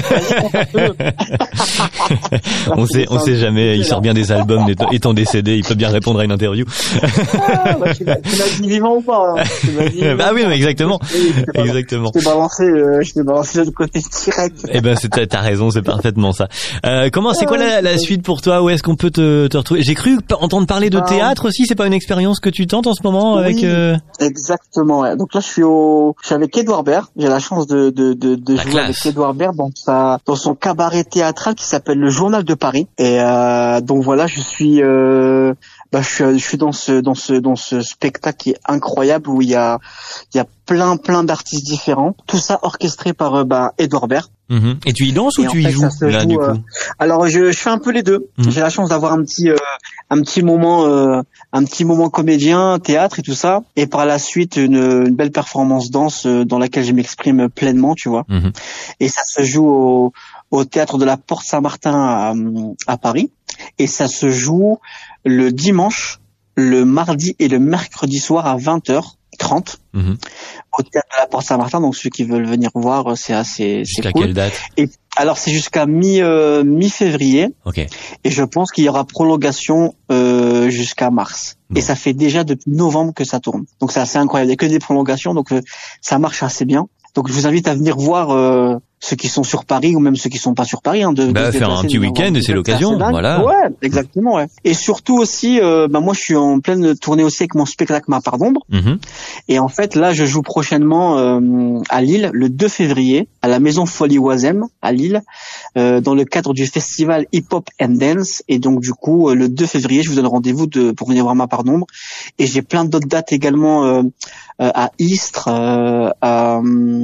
S1: on sait, on sait jamais. Il sort bien des albums, étant décédé, il peut bien répondre à une interview.
S2: Ah, bah, tu l'as dit vivant ou pas hein.
S1: Bah oui, mais exactement,
S2: je
S1: exactement.
S2: Je t'ai balancé, euh, je t'ai balancé de l'autre côté direct.
S1: Eh ben, c'est, t'as raison, c'est parfaitement ça. Euh, comment, c'est quoi la, la suite pour toi? Où est-ce qu'on peut te, te retrouver? J'ai cru entendre parler de théâtre aussi. C'est pas une expérience que tu tentes en ce moment
S2: oui,
S1: avec? Euh...
S2: Exactement. Ouais. Donc là, je suis au au, je suis avec Edouard Baird. J'ai la chance de de de, de jouer
S1: classe.
S2: avec Edouard Baird dans sa dans son cabaret théâtral qui s'appelle le Journal de Paris. Et euh, donc voilà, je suis euh, bah je suis je suis dans ce dans ce dans ce spectacle qui est incroyable où il y a il y a plein plein d'artistes différents, tout ça orchestré par euh, bah Edouard Baird.
S1: Mmh. Et tu y danses ou
S2: Et
S1: tu
S2: en
S1: y
S2: fait,
S1: joues
S2: ça se
S1: là
S2: joue,
S1: du coup
S2: euh, Alors je, je fais un peu les deux.
S1: Mmh.
S2: J'ai la chance d'avoir un petit euh, un petit moment euh, un petit moment comédien, théâtre et tout ça, et par la suite une, une belle performance danse euh, dans laquelle je m'exprime pleinement, tu vois.
S1: Mmh.
S2: Et ça se joue au au théâtre de la Porte Saint-Martin à, à Paris, et ça se joue le dimanche, le mardi et le mercredi soir à vingt heures trente. Mmh. Au théâtre de la Porte Saint-Martin. Donc ceux qui veulent venir voir, c'est assez c'est
S1: jusqu'à
S2: cool.
S1: Quelle date?
S2: Et alors c'est jusqu'à mi euh, mi-février.
S1: Ok.
S2: Et je pense qu'il y aura prolongation euh, jusqu'à mars. Bon. Et ça fait déjà depuis novembre que ça tourne. Donc c'est assez incroyable. Il n'y a que des prolongations, donc euh, ça marche assez bien. Donc je vous invite à venir voir euh, ceux qui sont sur Paris ou même ceux qui sont pas sur Paris. Hein, de,
S1: bah,
S2: de
S1: faire un petit week-end et c'est l'occasion. Voilà.
S2: Ouais, exactement. Ouais. Et surtout aussi, euh, bah moi je suis en pleine tournée aussi avec mon spectacle Ma Part d'Ombre. Mm-hmm. Et en fait là, je joue prochainement euh, à Lille le deux février à la Maison Folie Oisem à Lille euh, dans le cadre du festival Hip Hop and Dance. Et donc du coup, euh, le deux février, je vous donne rendez-vous de, pour venir voir Ma Part d'Ombre. Et j'ai plein d'autres dates également euh, euh, à Istres, euh, à,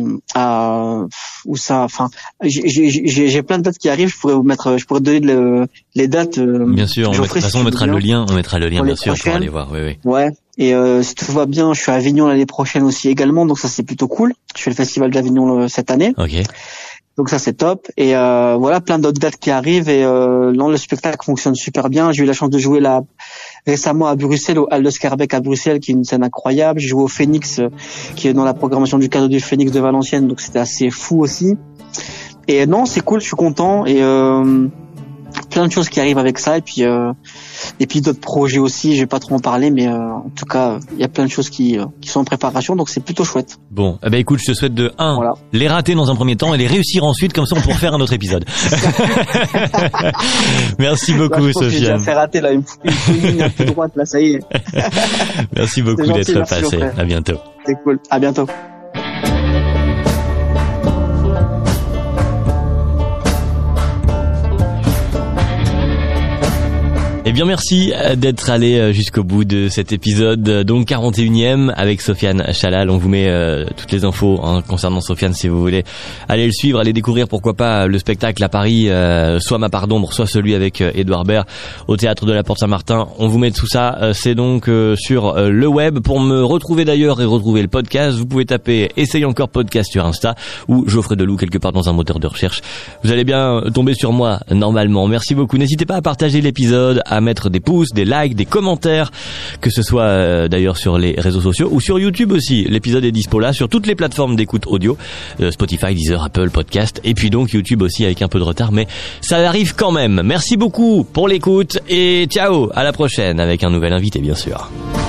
S2: à où ça. Enfin, j'ai, j'ai, j'ai plein de dates qui arrivent. Je pourrais vous mettre, je pourrais donner le, les dates. Euh,
S1: bien sûr. On met, de toute façon, on mettra le lien. On mettra le lien, bien sûr, pour aller voir. Oui, oui.
S2: Ouais. Et euh, si tout va bien, je suis à Avignon l'année prochaine aussi également. Donc ça, c'est plutôt cool. Je fais le festival d'Avignon euh, cette année.
S1: Ok.
S2: Donc ça c'est top. Et euh, voilà, plein d'autres dates qui arrivent. Et euh, non, le spectacle fonctionne super bien. J'ai eu la chance de jouer là récemment à Bruxelles, au Hall de Scarbeck à Bruxelles, qui est une scène incroyable. J'ai joué au Phoenix, euh, qui est dans la programmation du cadeau du Phoenix de Valenciennes. Donc c'était assez fou aussi. Et non, c'est cool, je suis content. Et euh, plein de choses qui arrivent avec ça. Et puis euh, et puis d'autres projets aussi. Je vais pas trop en parler, mais euh, en tout cas, il y a plein de choses qui euh, qui sont en préparation. Donc c'est plutôt chouette.
S1: Bon, eh ben écoute, je te souhaite de un voilà. les rater dans un premier temps et les réussir ensuite, comme ça on pourra faire un autre épisode. Merci beaucoup, là, Sofiane.
S2: J'ai fait rater là une, une ligne un peu droite là, ça y est.
S1: Merci beaucoup gentil, d'être passé. À bientôt.
S2: C'est cool. À bientôt.
S1: Eh bien merci d'être allé jusqu'au bout de cet épisode, donc quarante et unième avec Sofiane Chalal. On vous met euh, toutes les infos hein, concernant Sofiane si vous voulez aller le suivre, aller découvrir pourquoi pas le spectacle à Paris, euh, soit Ma Part d'Ombre, soit celui avec euh, Edouard Baird au théâtre de la Porte Saint-Martin. On vous met tout ça, euh, c'est donc euh, sur euh, le web. Pour me retrouver d'ailleurs et retrouver le podcast, vous pouvez taper Essaye encore podcast sur Insta ou Geoffrey Deloup quelque part dans un moteur de recherche. Vous allez bien tomber sur moi normalement. Merci beaucoup. N'hésitez pas à partager l'épisode, à mettre des pouces, des likes, des commentaires, que ce soit euh, d'ailleurs sur les réseaux sociaux ou sur YouTube aussi. L'épisode est dispo là sur toutes les plateformes d'écoute audio, euh, Spotify, Deezer, Apple Podcast, et puis donc YouTube aussi avec un peu de retard, mais ça arrive quand même. Merci beaucoup pour l'écoute et ciao, à la prochaine avec un nouvel invité bien sûr.